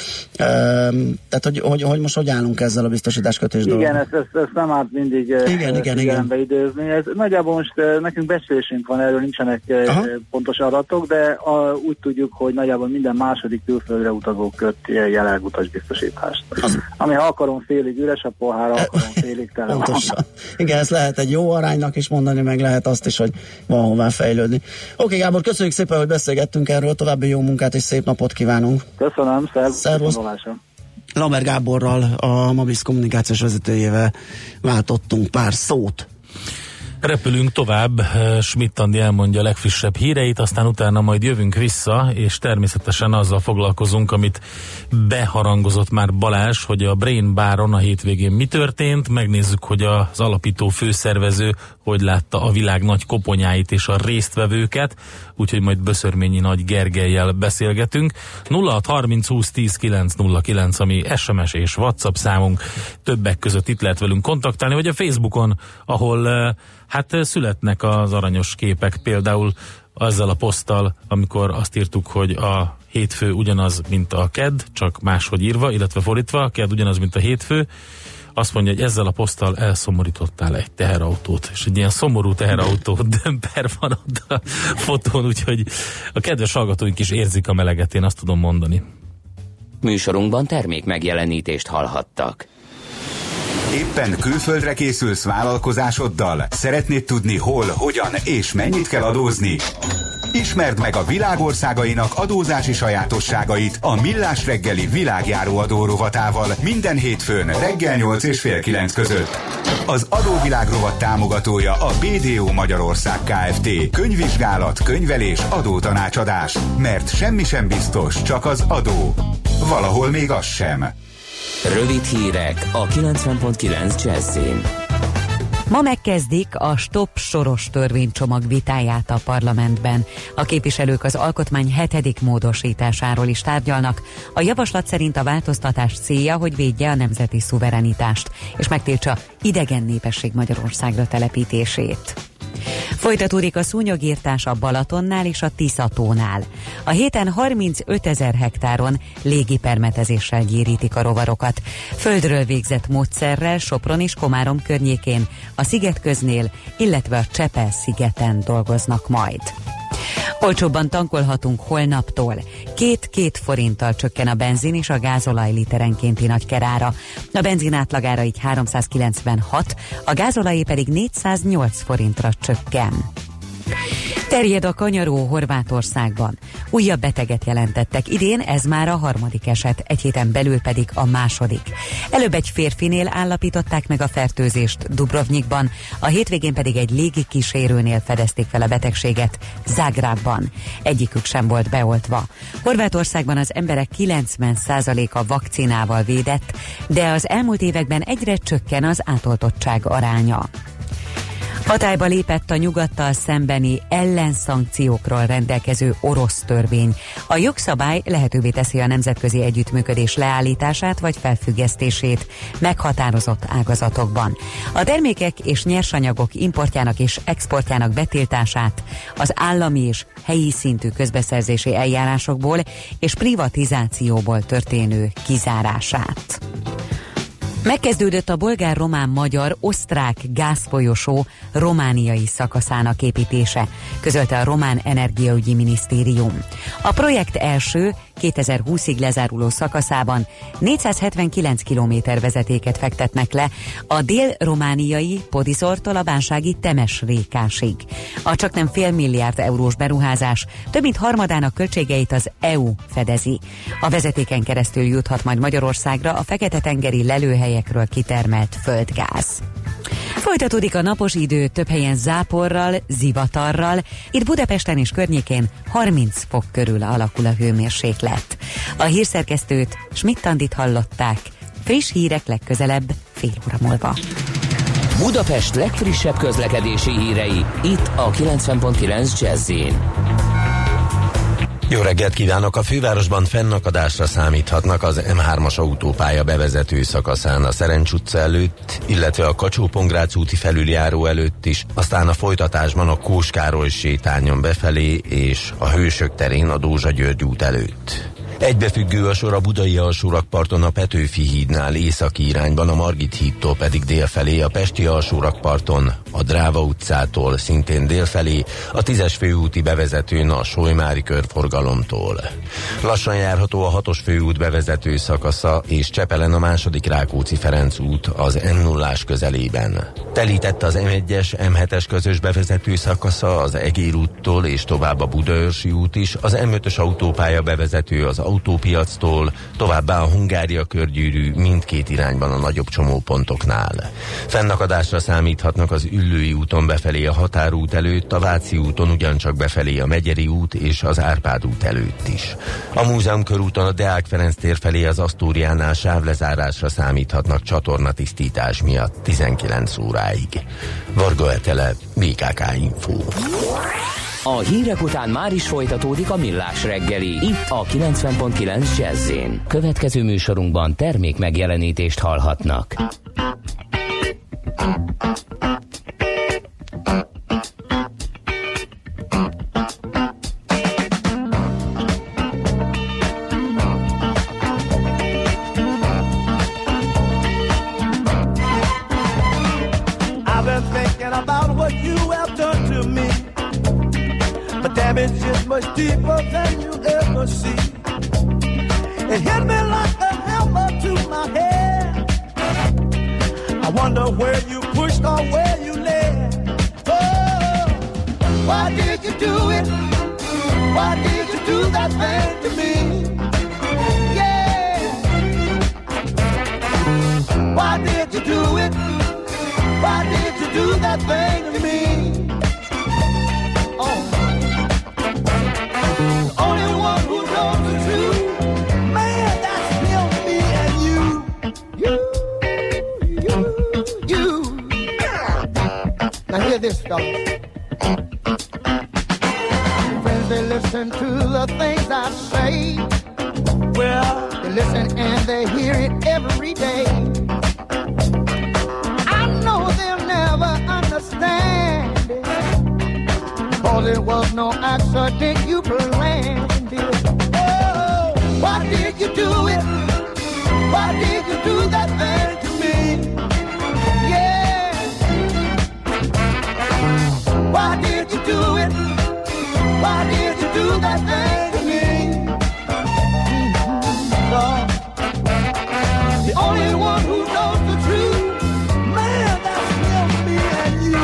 Um, tehát, hogy, hogy, hogy most hogy állunk ezzel a biztosításkötés dolog? Igen, ezt, ezt, ezt nem árt mindig igen, igen, igen. időzni. Ez nagyjából most nekünk becslésünk van, erről nincsenek Aha. pontos adatok, de a, úgy tudjuk, hogy nagyjából minden második külföldre utazó köt jelenleg utasbiztosítást. Az. Ami ha akarom félig üres a pohár, akarom félig tele van. Igen, ezt lehet egy jó aránynak is mondani, meg lehet azt is, hogy van hová fejlődni. Oké, Gábor, köszönjük szépen, hogy beszélgettünk erről, további jó munkát és szép napot kívánunk. Köszönöm. Szervusz. Lambert Gáborral, a Mobis kommunikációs vezetőjével váltottunk pár szót. Repülünk tovább, Schmidt Andi elmondja a legfrissebb híreit, aztán utána majd jövünk vissza, és természetesen azzal foglalkozunk, amit beharangozott már Balázs, hogy a Brain Baron a hétvégén mi történt, megnézzük, hogy az alapító főszervező hogy látta a világ nagy koponyáit és a résztvevőket, úgyhogy majd Böszörményi Nagy Gergellyel beszélgetünk. nulla hat harminc húsz tíz kilenc nulla kilenc, ami es em es és WhatsApp számunk, többek között itt lehet velünk kontaktálni, vagy a Facebookon, ahol hát születnek az aranyos képek, például azzal a poszttal, amikor azt írtuk, hogy a hétfő ugyanaz, mint a kedd, csak máshogy írva, illetve fordítva, a kedd ugyanaz, mint a hétfő. Azt mondja, hogy ezzel a poszttal elszomorítottál egy teherautót, és egy ilyen szomorú teherautó dömper van ott a fotón, úgyhogy a kedves hallgatóink is érzik a meleget, én azt tudom mondani. Műsorunkban termék megjelenítést hallhattak. Éppen külföldre készülsz vállalkozásoddal? Szeretnéd tudni hol, hogyan és mennyit kell adózni? Ismerd meg a világországainak adózási sajátosságait a Millás reggeli világjáró adó rovatával minden hétfőn reggel nyolc és fél kilenc között. Az adóvilág rovat támogatója a bé dé o Magyarország Kft. Könyvvizsgálat, könyvelés, adótanácsadás. Mert semmi sem biztos, csak az adó. Valahol még az sem. Rövid hírek a kilencven pont kilenc Jazzin. Ma megkezdik a Stop soros törvénycsomag vitáját a parlamentben. A képviselők az alkotmány hetedik módosításáról is tárgyalnak. A javaslat szerint a változtatás célja, hogy védje a nemzeti szuverenitást, és megtiltsa idegen népesség Magyarországra telepítését. Folytatódik a szúnyogírtás a Balatonnál és a Tiszatónál. A héten harmincötezer hektáron légipermetezéssel gyérítik a rovarokat. Földről végzett módszerrel Sopron és Komárom környékén, a Szigetköznél, illetve a Csepel-szigeten dolgoznak majd. Olcsóbban tankolhatunk holnaptól. Két-két forinttal csökken a benzin és a gázolaj literenkénti nagykerára. A benzin átlagára így háromszázkilencvenhat, a gázolajé pedig négyszáznyolc forintra csökken. Terjed a kanyaró Horvátországban. Újabb beteget jelentettek idén, ez már a harmadik eset, egy héten belül pedig a második. Előbb egy férfinél állapították meg a fertőzést Dubrovnikban, a hétvégén pedig egy légikísérőnél fedezték fel a betegséget Zágrábban. Egyikük sem volt beoltva. Horvátországban az emberek kilencven százaléka vakcinával védett, de az elmúlt években egyre csökken az átoltottság aránya. Hatályba lépett a nyugattal szembeni ellenszankciókról rendelkező orosz törvény. A jogszabály lehetővé teszi a nemzetközi együttműködés leállítását vagy felfüggesztését meghatározott ágazatokban. A termékek és nyersanyagok importjának és exportjának betiltását, az állami és helyi szintű közbeszerzési eljárásokból és privatizációból történő kizárását. Megkezdődött a bolgár-román-magyar-osztrák gázfolyosó romániai szakaszának építése, közölte a Román Energiaügyi Minisztérium. A projekt első kétezer-húszig lezáruló szakaszában négyszázhetvenkilenc kilométer vezetéket fektetnek le a dél-romániai Podiszortól a bánsági Temes-rékásig. A csaknem fél milliárd eurós beruházás több mint harmadának költségeit az é u fedezi. A vezetéken keresztül juthat majd Magyarországra a Fekete-tengeri lelőhelyekről kitermelt földgáz. Folytatódik a napos idő, több helyen záporral, zivatarral, itt Budapesten és környékén harminc fok körül alakul a hőmérséklet. A hírszerkesztőt, Schmidt Andit hallották, friss hírek legközelebb fél óra múlva. Budapest legfrissebb közlekedési hírei, itt a kilencven pont kilenc Jazz-in. Jó reggelt kívánok! A fővárosban fennakadásra számíthatnak az em hármas autópálya bevezető szakaszán a Szerencs utca előtt, illetve a Kacsó-Pongrác úti felüljáró előtt is, aztán a folytatásban a Kós Károly sétányon befelé és a Hősök terén a Dózsa György út előtt. Egybefüggő a sor a budai alsórakparton a Petőfi hídnál északi irányban, a Margit hídtól pedig délfelé, a pesti alsórakparton a Dráva utcától szintén délfelé, a tízes főúti bevezetőn a Solymári körforgalomtól. Lassan járható a hatos főút bevezető szakasza és Csepelen a második Rákóczi-Ferenc út az em nullás közelében. Telített az em egyes em hetes közös bevezető szakasza az Egér úttól és tovább a Budaörsi út is, az em ötös autópálya bevezető az autópiactól, továbbá a Hungária körgyűrű mindkét irányban a nagyobb csomópontoknál. Fennakadásra számíthatnak az Üllői úton befelé a Határút előtt, a Váci úton ugyancsak befelé a Megyeri út és az Árpád út előtt is. A Múzeum körúton a Deák Ferenc tér felé az Asztóriánál sávlezárásra számíthatnak csatornatisztítás miatt tizenkilenc óráig. Varga Etele, bé ká ká Info. A hírek után már is folytatódik a Millás reggeli, itt a kilencven pont kilenc Jazz-én. Következő műsorunkban termék megjelenítést hallhatnak. Damage is much deeper than you ever see. It hit me like a hammer to my head. I wonder where you pushed or where you led. Oh, why did you do it? Why did you do that thing to me? Yeah. Why did you do it? Why did you do that thing to me? Oh. Only one who knows the truth, man, that's him, me, and you. You, you, you. Now hear this, fellas. Friends, they listen to the things I say. Well, they listen and they hear it every day. I know they'll never understand it, 'cause it was no accident, you planned it. Oh, why did you do it? Why did you do that thing to me? Yeah. Why did you do it? Why did you do that thing to me? Mm-hmm. Lord, the only one who knows the truth, man, that's him, me, and you.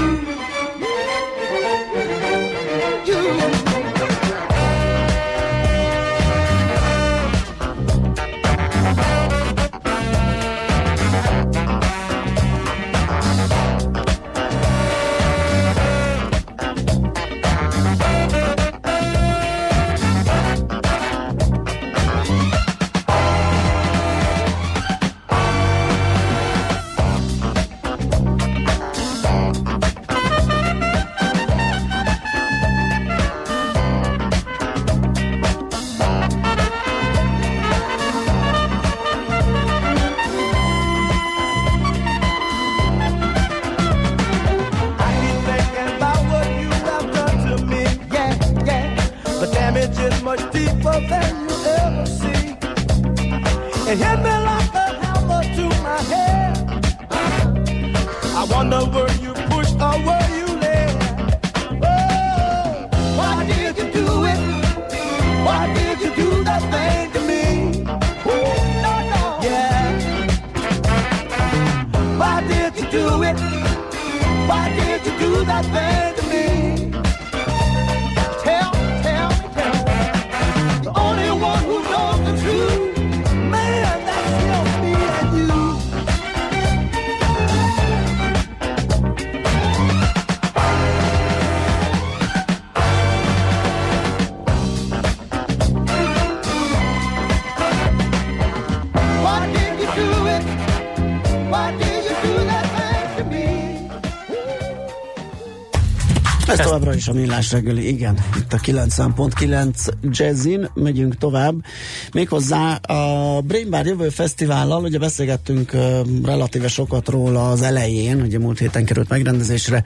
Ez továbbra is a Millás reggeli, igen, itt a kilencven pont kilenc Jazzin, megyünk tovább. Méghozzá a Brain Bar Jövő Fesztivállal, ugye beszélgettünk uh, relatíve sokat róla az elején, ugye múlt héten került megrendezésre,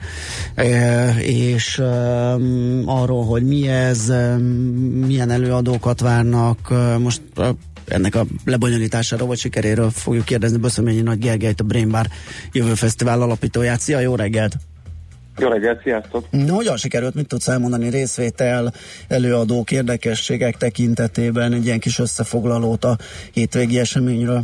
uh, és uh, arról, hogy mi ez, uh, milyen előadókat várnak, uh, most uh, ennek a lebonyolításáról vagy sikeréről fogjuk kérdezni Böszöményi Nagy Gergelyt, a Brain Bar Jövő Fesztivál alapítóját. Szia, jó reggelt! Jó reggelt, sziasztok! No, hogyan sikerült, mit tudsz elmondani részvétel, előadók, érdekességek tekintetében, egy ilyen kis összefoglalót a hétvégi eseményről?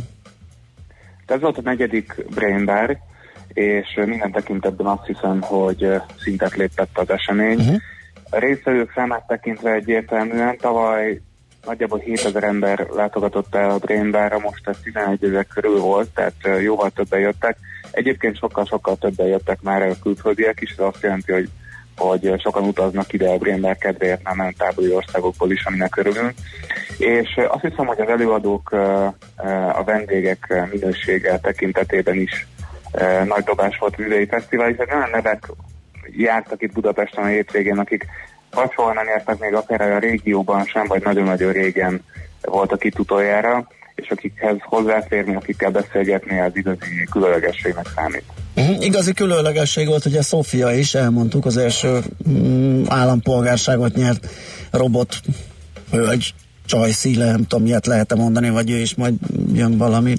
Ez volt a negyedik Brain Bar, és minden tekintetben azt hiszem, hogy szintet lépett az esemény. Uh-huh. A résztvevők számát tekintve egyértelműen tavaly nagyjából hétezer ember látogatott el a Brain Barra, most ez tizenegyezer körül volt, tehát jóval többen jöttek. Egyébként sokkal-sokkal többen jöttek már a külföldiek is, ez azt jelenti, hogy, hogy sokan utaznak ide a Brain Bar kedvéért már nem távoli országokból is, aminek örülünk. És azt hiszem, hogy az előadók, a vendégek minősége tekintetében is nagy dobás volt az idei fesztivál, és olyan nevek jártak itt Budapesten a hétvégén, akik vagy soha nem jártak még akár a régióban sem, vagy nagyon-nagyon régen voltak itt utoljára, és akikhez hozzáférni, akikkel beszélgetni, az igazi különlegességnek számít. Uh-huh. Igazi különlegesség volt, ugye Szófia is, elmondtuk, az első mm, állampolgárságot nyert robot hölgy, csaj, szíle, nem tudom, miért lehet-e mondani, vagy ő is majd jön valami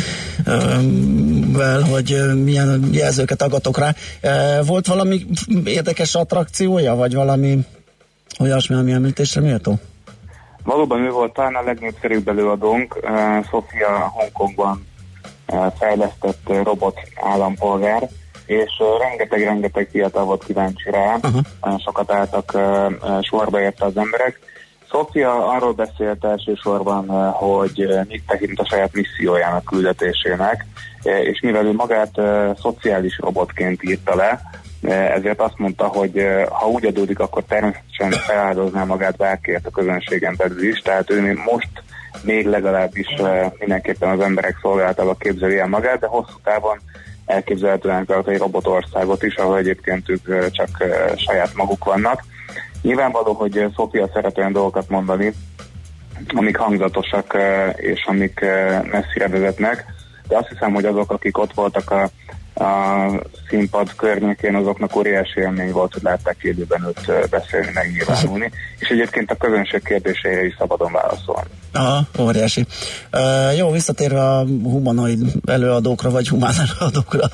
vel, hogy milyen jelzőket agatok rá. Volt valami érdekes attrakciója, vagy valami olyasmi, ami említésre méltó? Valóban ő volt talán a legnépszerűbb előadónk, Sofia Hongkongban fejlesztett robot állampolgár, és rengeteg-rengeteg fiatal volt kíváncsi rá, uh-huh. sokat álltak sorba érte az emberek. Sofia arról beszélt elsősorban, hogy mit tekint a saját missziójának, küldetésének, és mivel ő magát szociális robotként írta le, ezért azt mondta, hogy ha úgy adódik, akkor természetesen feláldozná magát bárkiért a közönségen belül is, tehát ő most még legalábbis mindenképpen az emberek szolgálatába képzeli el magát, de hosszú távon elképzelhetően egy robotországot is, ahol egyébként ők csak saját maguk vannak. Nyilvánvaló, hogy Sofia szeret olyan dolgokat mondani, amik hangzatosak és amik messzire vezetnek, de azt hiszem, hogy azok, akik ott voltak a, a színpad környékén, azoknak óriási élmény volt, hogy látták élőben őt beszélni, megnyilvánulni, és egyébként a közönség kérdéseire is szabadon válaszolni. Aha, óriási. Uh, jó, visszatérve a humanoid előadókra, vagy humán előadókra.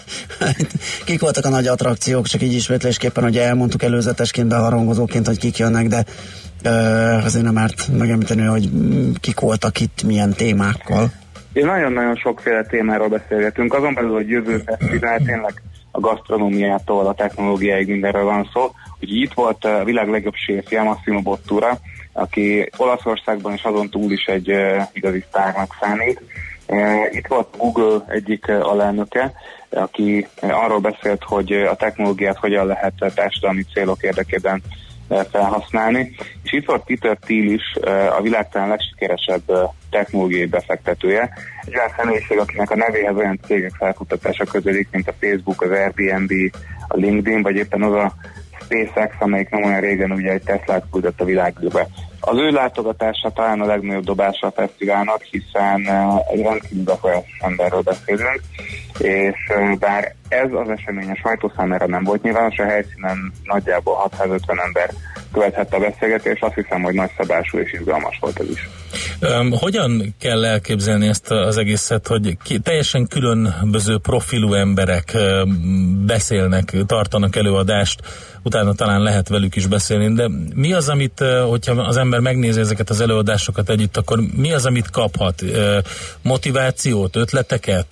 Kik voltak a nagy attrakciók, csak így ismétlésképpen, hogy elmondtuk előzetesként, beharangozóként, hogy kik jönnek, de uh, azért nem árt megemlíteni, hogy kik voltak itt, milyen témákkal. És nagyon-nagyon sokféle témáról beszélgetünk, azon belül, hogy jövő fesztivál tényleg a gasztronómiától a technológiáig mindenről van szó. Ugye itt volt a világ legjobb séfje, Massimo Bottura, aki Olaszországban és azon túl is egy uh, igazi sztárnak számít. Uh, itt volt Google egyik uh, alelnöke, aki uh, arról beszélt, hogy uh, a technológiát hogyan lehet uh, társadalmi célok érdekében uh, felhasználni. És itt volt Peter Thiel is, uh, a világ talán legsikeresebb uh, technológiai befektetője. Egy olyan személyiség, akinek a nevéhez olyan cégek felkutatása közelik, mint a Facebook, az Airbnb, a LinkedIn, vagy éppen az a SpaceX, amelyik nem olyan régen ugye egy Teslát küldött a világűrbe. Az ő látogatása talán a legnagyobb dobása a fesztiválnak, hiszen egy rendkívül befolyásos emberről beszélünk, és bár ez az esemény a sajtó számára nem volt nyilvános, a helyszínen nagyjából hatszázötven ember követhette a beszélgetést, azt hiszem, hogy nagyszabású és izgalmas volt ez is. Um, hogyan kell elképzelni ezt az egészet, hogy ki, teljesen különböző profilú emberek um, beszélnek, tartanak előadást, utána talán lehet velük is beszélni, de mi az, amit, hogyha az ember megnézi ezeket az előadásokat együtt, akkor mi az, amit kaphat? Motivációt, ötleteket?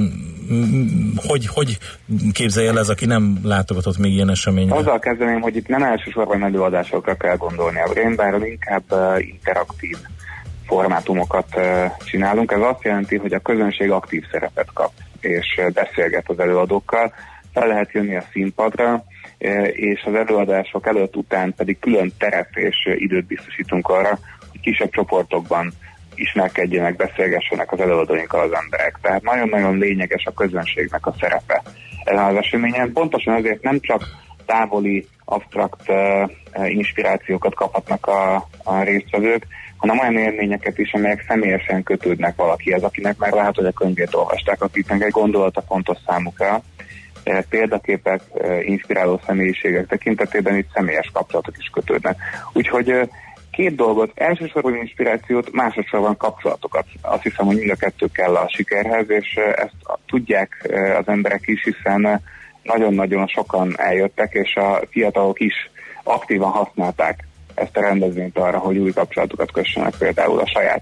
Hogy, hogy képzelje el ez, aki nem látogatott még ilyen eseményre? Azzal kezdeném, hogy itt nem elsősorban előadásokra kell gondolni. A Brain Barról inkább interaktív formátumokat csinálunk. Ez azt jelenti, hogy a közönség aktív szerepet kap, és beszélget az előadókkal. Fel lehet jönni a színpadra, és az előadások előtt után pedig külön teret és időt biztosítunk arra, hogy kisebb csoportokban ismerkedjenek, beszélgessenek az előadóinkkal az emberek. Tehát nagyon-nagyon lényeges a közönségnek a szerepe ezen az eseményen. Pontosan azért nem csak távoli, absztrakt uh, inspirációkat kaphatnak a, a résztvevők, hanem olyan élményeket is, amelyek személyesen kötődnek valakihez, akinek már lehet, hogy a könyvét olvasták, akiknek egy gondolata fontos számukra. Példaképek, inspiráló személyiségek tekintetében itt személyes kapcsolatok is kötődnek. Úgyhogy két dolgot, elsősorban inspirációt, másodszorban kapcsolatokat. Azt hiszem, hogy mind a kettő kell a sikerhez, és ezt tudják az emberek is, hiszen nagyon-nagyon sokan eljöttek, és a fiatalok is aktívan használták ezt a rendezvényt arra, hogy új kapcsolatokat kössenek például a saját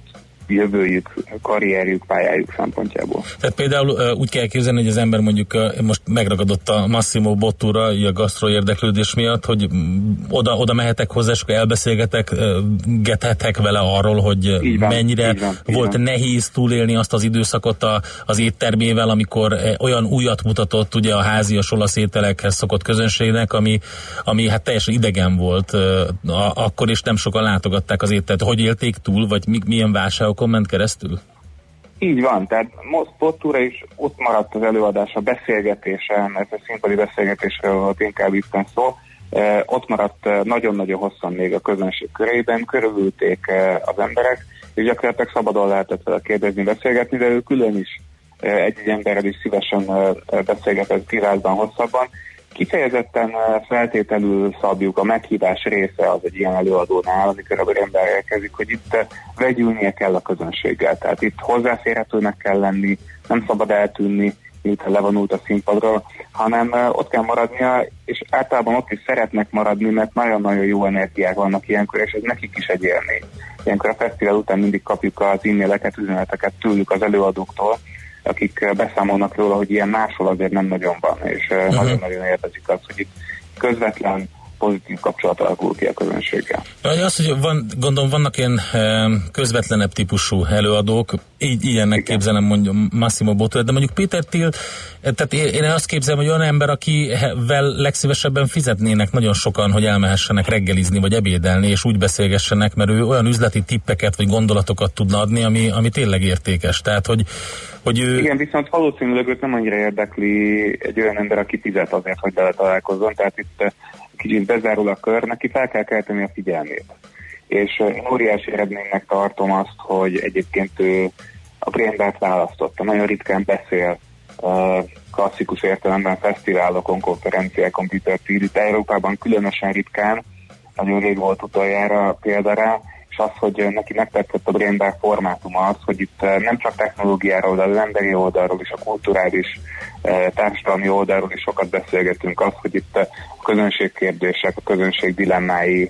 jövőjük, karrierjük, pályájuk szempontjából. Tehát például úgy kell képzelni, hogy az ember mondjuk most megragadott a Massimo Bottura a gasztro érdeklődés miatt, hogy oda, oda mehetek hozzá, és akkor elbeszélgetek, gethetek vele arról, hogy van, mennyire így van, volt így nehéz túlélni azt az időszakot a, az éttermével, amikor olyan újat mutatott ugye a házias olasz ételekhez szokott közönségnek, ami, ami hát teljesen idegen volt a, akkor, is nem sokan látogatták az ételt. Hogy élték túl, vagy mi, milyen válságokon ment keresztül? Így van, tehát most Bottura is ott maradt az előadás, a beszélgetése, mert a színpadi beszélgetésről volt inkább itt szó, e, ott maradt nagyon-nagyon hosszan még a közönség körében, körülülték az emberek, és gyakorlatilag szabadon lehetett vele kérdezni, beszélgetni, de ő külön is egy-egy emberrel is szívesen beszélgetett privátban, hosszabban. Kifejezetten feltételül szabjuk, a meghívás része az egy ilyen előadónál, amikor a ember elkezdik, hogy itt vegyülnie kell a közönséggel. Tehát itt hozzáférhetőnek kell lenni, nem szabad eltűnni, miután levonult a színpadról, hanem ott kell maradnia, és általában ott is szeretnek maradni, mert nagyon-nagyon jó energiák vannak ilyenkor, és ez nekik is egy élmény. Ilyenkor a fesztivál után mindig kapjuk az e-maileket, üzeneteket tőlük, az előadóktól, akik beszámolnak róla, hogy ilyen máshol azért nem nagyon van, és uh-huh. nagyon-nagyon élvezik azt, hogy itt közvetlen, pozitív kapcsolat alakul ki a közönséggel. Az, hogy van, gondolom, vannak ilyen közvetlenebb típusú előadók, így ilyennek igen. képzelem mondjuk Massimo Bottura, de mondjuk Peter Thiel, tehát én azt képzelem, hogy olyan ember, akivel legszívesebben fizetnének nagyon sokan, hogy elmehessenek reggelizni, vagy ebédelni, és úgy beszélgessenek, mert ő olyan üzleti tippeket, vagy gondolatokat tudna adni, ami, ami tényleg értékes. Tehát, hogy, hogy ő... Igen, viszont valószínűleg őt nem annyira érdekli egy olyan ember, aki fizet azért, hogy bele találkozzon, tehát itt kicsit bezárul a kör, neki fel kell kelteni a figyelmét. És én óriási eredménynek tartom azt, hogy egyébként ő a Brainbart választotta. Nagyon ritkán beszél uh, klasszikus értelemben fesztiválokon, konferenciákon Peter Thiel, itt Európában különösen ritkán, nagyon rég volt utoljára példa rá, és az, hogy neki megtetszett a Brainbart formátuma az, hogy itt nem csak technológiáról, de az emberi oldalról is, a kulturális, társadalmi oldalról is sokat beszélgetünk, az, hogy itt a közönség kérdések, a közönség dilemmái,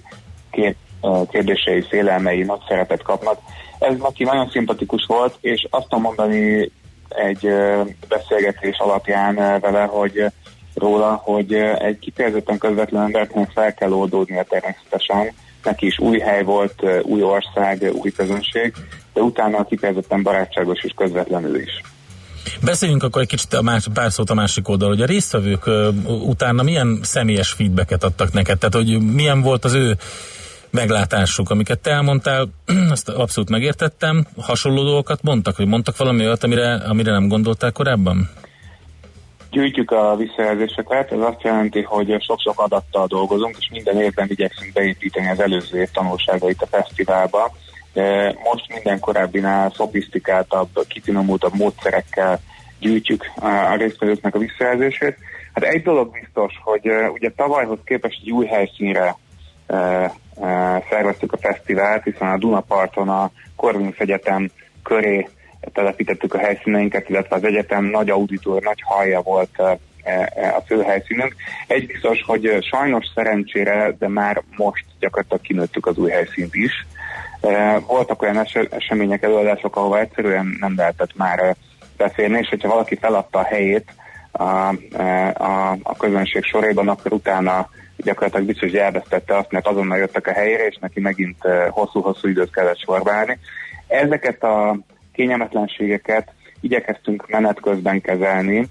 kérdései, félelmei nagy szerepet kapnak. Ez neki nagyon szimpatikus volt, és azt tudom mondani egy beszélgetés alapján vele, hogy róla, hogy egy kifejezetten közvetlen embernek fel kell oldódnia természetesen. Neki is új hely volt, új ország, új közönség, de utána kifejezetten barátságos és közvetlenül is. Beszéljünk akkor egy kicsit a más, pár szót a másik oldal, hogy a résztvevők utána milyen személyes feedbacket adtak neked, tehát hogy milyen volt az ő meglátásuk, amiket te elmondtál, azt abszolút megértettem, hasonló dolgokat mondtak, hogy mondtak valami olyat, amire, amire nem gondoltál korábban? Gyűjtjük a visszajelzéseket, ez azt jelenti, hogy sok-sok adattal dolgozunk, és minden évben igyekszünk beépíteni az előző év tanulságait a fesztiválba. Most minden korábbinál szofisztikáltabb, kifinomultabb módszerekkel gyűjtjük a résztvevőknek a visszajelzését. Hát egy dolog biztos, hogy ugye tavalyhoz képest egy új helyszínre szerveztük a fesztivált, hiszen a Dunaparton a Corvinus Egyetem köré telepítettük a helyszíneinket, illetve az egyetem nagy auditor, nagy hallja volt a fő helyszínünk. Egy biztos, hogy sajnos szerencsére, de már most gyakorlatilag kinőttük az új helyszínt is. Voltak olyan es- események, előadások, ahol egyszerűen nem lehetett már beszélni, és hogyha valaki feladta a helyét a, a, a közönség soraiban, akkor utána gyakorlatilag biztos, hogy elvesztette azt, mert azonnal jöttek a helyére, és neki megint hosszú-hosszú időt kellett sorbálni. Ezeket a kényelmetlenségeket igyekeztünk menet közben kezelni,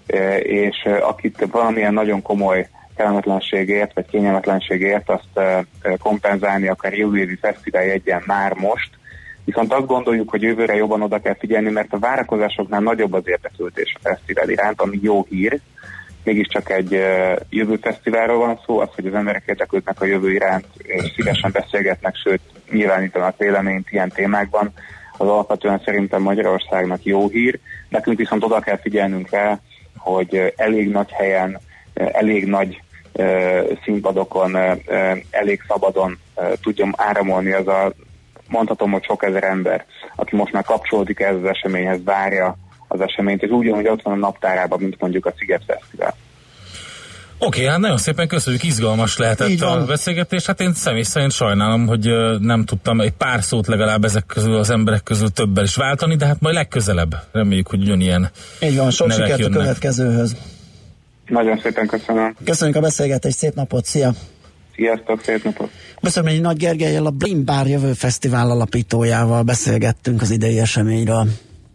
és akit valamilyen nagyon komoly kellemetlenségért vagy kényelmetlenségért azt kompenzálni akár jövő évi fesztiváljegyen már most. Viszont azt gondoljuk, hogy jövőre jobban oda kell figyelni, mert a várakozásoknál nagyobb az érdeklődés a fesztivál iránt, ami jó hír. Mégiscsak egy jövő fesztiválról van szó, az, hogy az emberek érdeklődnek a jövő iránt, és szívesen beszélgetnek, sőt nyilvánítanak véleményt ilyen témákban, az alapvetően szerintem Magyarországnak jó hír. Nekünk viszont oda kell figyelnünk rá, hogy elég nagy helyen, elég nagy színpadokon, elég szabadon tudjon áramolni az a, mondhatom, hogy sok ezer ember, aki most már kapcsolódik ez az eseményhez, várja az eseményt, és úgy, hogy ott van a naptárában, mint mondjuk a Sziget Fesztivál. Oké, okay, hát nagyon szépen köszönjük, izgalmas lehetett a beszélgetés. Hát én személy szerint sajnálom, hogy nem tudtam egy pár szót legalább ezek közül, az emberek közül többel is váltani, de hát majd legközelebb reméljük, hogy ugyanilyen. Így van, sok sikert a következőhöz. Nagyon szépen köszönöm. Köszönjük a beszélgetést, szép napot, szia! Sziasztok, szép napot! Köszönöm, Nagy Gergellyel, a Brain Bar Jövő Fesztivál alapítójával beszélgettünk az idei eseményről.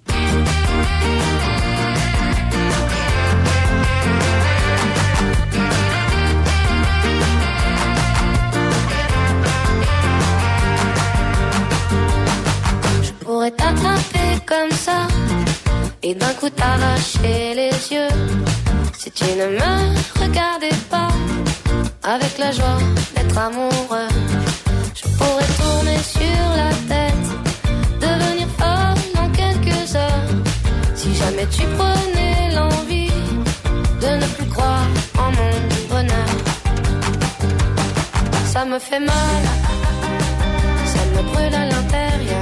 T'attraper comme ça et d'un coup t'arracher les yeux si tu ne me regardais pas avec la joie d'être amoureux. Je pourrais tourner sur la tête, devenir folle en quelques heures si jamais tu prenais l'envie de ne plus croire en mon bonheur. Ça me fait mal, ça me brûle à l'intérieur.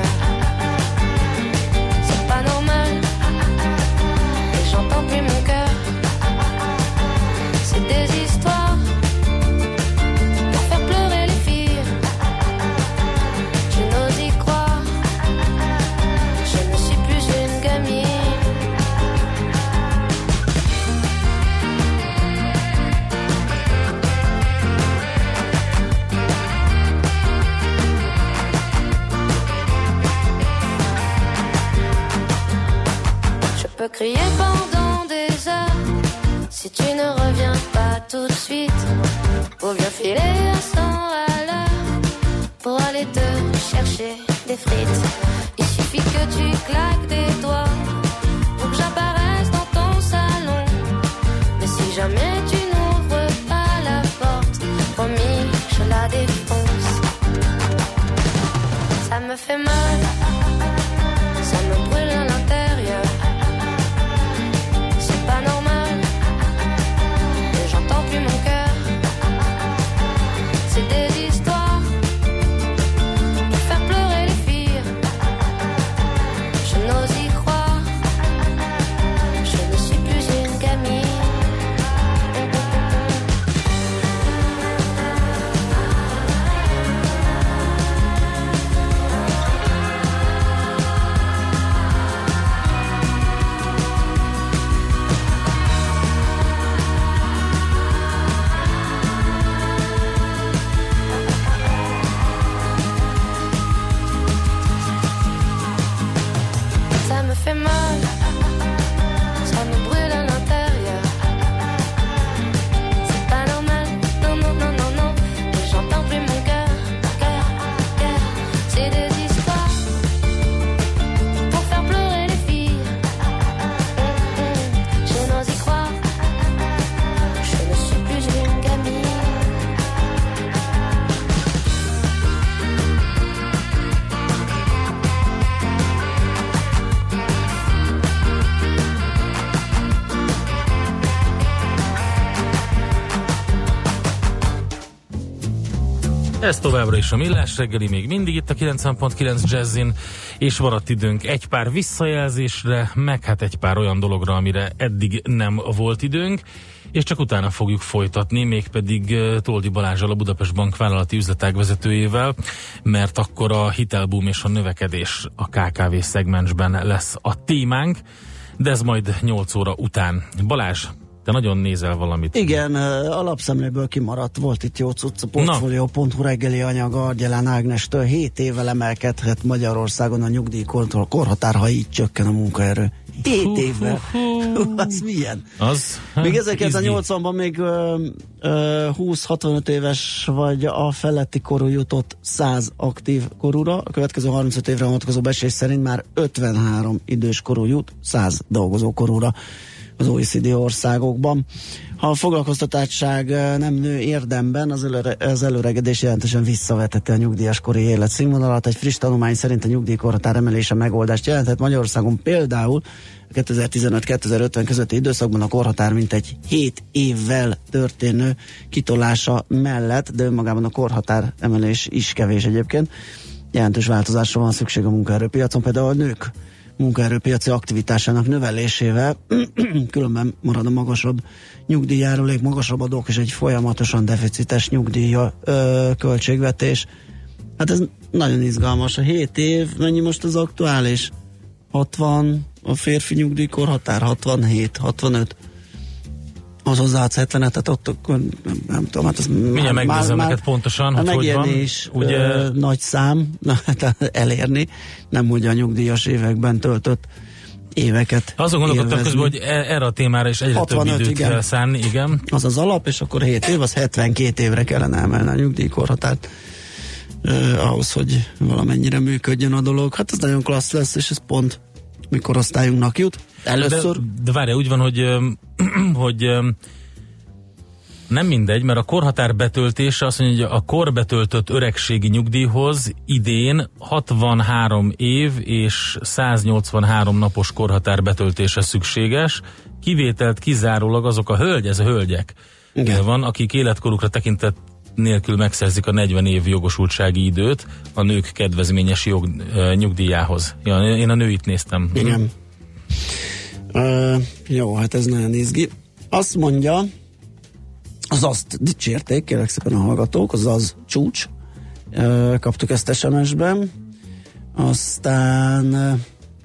Pas normal, et j'entends plus mon cœur. C'est des histoires pour faire pleurer les filles. Je n'ose y croire, je ne suis plus une gamine. Je peux crier pendant des heures si tu ne reviens pas tout de suite. Ou bien filer à cent à l'heure pour aller te chercher des frites. Il suffit que tu claques des doigts pour que j'apparaisse dans ton salon. Mais si jamais tu n'ouvres pas la porte, promis, je la défonce. Ça me fait mal, ça me brûle à l'intérieur. Pas normal, et j'entends plus mon cœur. C'est des histoires pour faire pleurer les filles. Je n'ose y croire, je ne suis plus une gamine. Ça me fait mal, ça me brûle à l'intérieur. C'est pas normal, non, non, non, non, non. Et j'entends plus mon cœur, cœur, cœur. C'est des histoires pour faire pleurer les filles. Mmh, mmh. Je n'ose y croire, je ne suis plus une gamine. Ez továbbra is a Millás reggeli, még mindig itt a kilencven pont kilenc Jazzin, és maradt időnk egy pár visszajelzésre, meg hát egy pár olyan dologra, amire eddig nem volt időnk, és csak utána fogjuk folytatni, mégpedig Toldi Balázsral, a Budapest Bank vállalati üzletág vezetőjével, mert akkor a hitelboom és a növekedés a ká ká vé szegmensben lesz a témánk, de ez majd nyolc óra után. Balázs, te nagyon nézel valamit. Igen, alapszemléből kimaradt, volt itt jó cucc, a Portfolio pont hu reggeli anyaga Argyelán Ágnestől. hét évvel emelkedhet Magyarországon a nyugdíjkorhatár, ha így csökken a munkaerő. hét évvel. Az milyen? Az? Még ezerkilencszáznyolcvanban még húsz-hatvanöt éves vagy a feletti korú jutott száz aktív korúra. A következő harmincöt évre vonatkozó becslés szerint már ötvenhárom idős korú jut száz dolgozó korúra az o e cé dé országokban. Ha a foglalkoztatottság nem nő érdemben, az, előre, az előregedés jelentősen visszavetette a nyugdíjas kori életszínvonalat. Egy friss tanulmány szerint a nyugdíjkorhatár emelése megoldást jelentett. Magyarországon például kétezer-tizenöt-kétezer-ötven közötti időszakban a korhatár mintegy hét évvel történő kitolása mellett, de önmagában a korhatár emelés is kevés egyébként. Jelentős változásra van szükség a munkaerőpiacon, például a nők munkaerőpiaci aktivitásának növelésével, különben marad a magasabb nyugdíjjárulék, magasabb adók és egy folyamatosan deficites nyugdíj ö, költségvetés. Hát ez nagyon izgalmas. A hét év, mennyi most az aktuális? hatvan, a férfi nyugdíjkorhatár hatvanhét, hatvanöt. Az hozzáadsz hetvenet, tehát ott akkor nem, nem tudom, hát az mindjárt megnézem neked pontosan, hogy hogy van. Is ugye... ö, nagy szám elérni, nem hogy a nyugdíjas években töltött éveket azon gondolkodtam közben, hogy erre a témára is egyre több időt igen. kell szánni, igen. Az az alap, és akkor hét év, az hetvenkét évre kellene emelni a nyugdíjkorhatárt eh, ahhoz, hogy valamennyire működjön a dolog. Hát ez nagyon klassz lesz, és ez pont mikorosztályunknak jut. Először. De, de várj, úgy van, hogy, hogy nem mindegy, mert a korhatár betöltése azt mondja, hogy a korbetöltött öregségi nyugdíjhoz idén hatvanhárom év és száznyolcvanhárom napos korhatár betöltése szükséges. Kivételt kizárólag azok a hölgy, ez a hölgyek igen. van, akik életkorukra tekintett nélkül megszerzik a negyven év jogosultsági időt a nők kedvezményes jog, nyugdíjához. Ja, én a nőit néztem. Igen. Uh, jó, hát ez nagyon izgi. Azt mondja, az azt dicsérték, kérlek szépen a hallgatók, az az csúcs. Uh, kaptuk ezt es em es-ben. Aztán uh,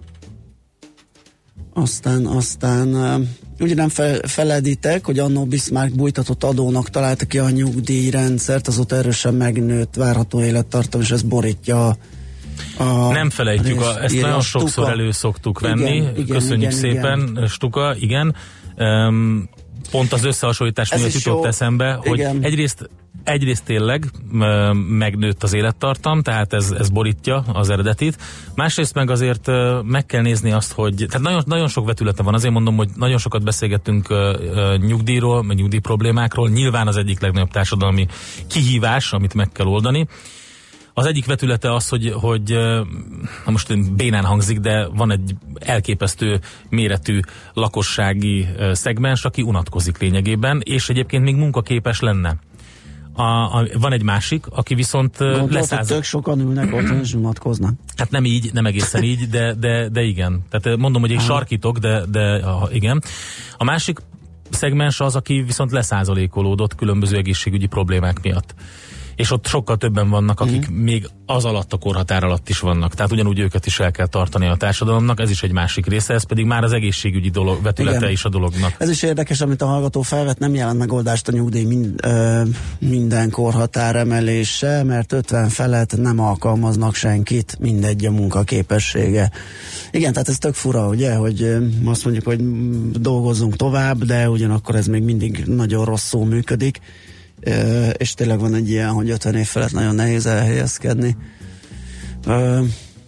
aztán, aztán uh, ugye nem fe, feleditek, hogy annó Bismarck bújtatott adónak találta ki a nyugdíjrendszert, azóta erősen megnőtt várható élettartam, és ez borítja a A nem felejtjük, a, ezt nagyon sokszor elő szoktuk venni. Igen, igen, köszönjük igen, szépen, igen. Stuka, igen. Um, pont az összehasonlítás miatt jutott eszembe, hogy igen. egyrészt, egyrészt tényleg uh, megnőtt az élettartam, tehát ez, ez borítja az eredetit. Másrészt meg azért uh, meg kell nézni azt, hogy tehát nagyon, nagyon sok vetülete van. Azért mondom, hogy nagyon sokat beszélgettünk uh, uh, nyugdíjról, meg nyugdíj problémákról. Nyilván az egyik legnagyobb társadalmi kihívás, amit meg kell oldani. Az egyik vetülete az, hogy, hogy na most bénán hangzik, de van egy elképesztő méretű lakossági szegmens, aki unatkozik lényegében, és egyébként még munkaképes lenne. A, a, van egy másik, aki viszont leszáll. Tök sokan ülnek otthon és unatkoznak. Hát nem így, nem egészen így, de, de, de igen. Tehát mondom, hogy egy sarkítok, de, de igen. A másik szegmens az, aki viszont leszázalékolódott különböző egészségügyi problémák miatt. És ott sokkal többen vannak, akik uh-huh. még az alatt a korhatár alatt is vannak. Tehát ugyanúgy őket is el kell tartani a társadalomnak, ez is egy másik része, ez pedig már az egészségügyi dolog, vetülete igen. is a dolognak. Ez is érdekes, amit a hallgató felvet, nem jelent megoldást a nyugdíj mind, ö, minden korhatár emelése, mert ötven felett nem alkalmaznak senkit, mindegy a munkaképessége. Igen, tehát ez tök fura, ugye, hogy azt mondjuk, hogy dolgozzunk tovább, de ugyanakkor ez még mindig nagyon rosszul működik. Uh, és tényleg van egy ilyen, hogy ötven év felett nagyon nehéz elhelyezkedni. Uh,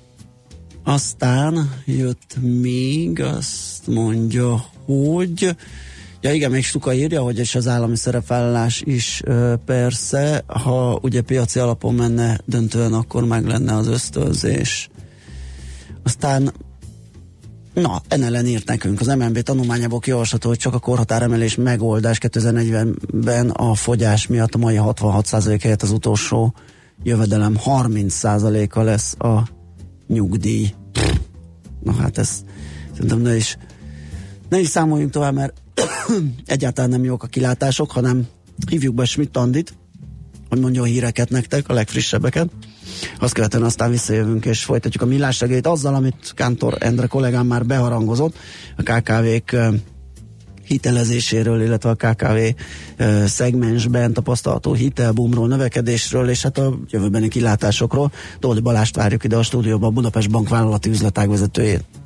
aztán jött még, azt mondja, hogy ja igen, még Stuka írja, hogy és az állami szerepvállalás is uh, persze, ha ugye piaci alapon menne döntően, akkor meg lenne az ösztönzés. Aztán na, ennelen írt nekünk. Az em en bé tanulmányából kiolvasható, hogy csak a korhatáremelés megoldás kétezer-negyvenben a fogyás miatt a mai hatvanhat százalék helyett az utolsó jövedelem harminc százaléka lesz a nyugdíj. Na hát ez szerintem ne is ne is számoljunk tovább, mert egyáltalán nem jók a kilátások, hanem hívjuk be Schmidt Andit, hogy mondjon híreket nektek, a legfrissebbeket. Azt követően aztán visszajövünk és folytatjuk a millás reggelyt azzal, amit Kántor Endre kollégám már beharangozott, a ká ká vék uh, hitelezéséről, illetve a ká ká vé uh, szegmensben tapasztalható hitelboomról, növekedésről, és hát a jövőbeni kilátásokról. Tóth Balást várjuk ide a stúdióban, a Budapest Bank vállalati üzletág vezetőjét.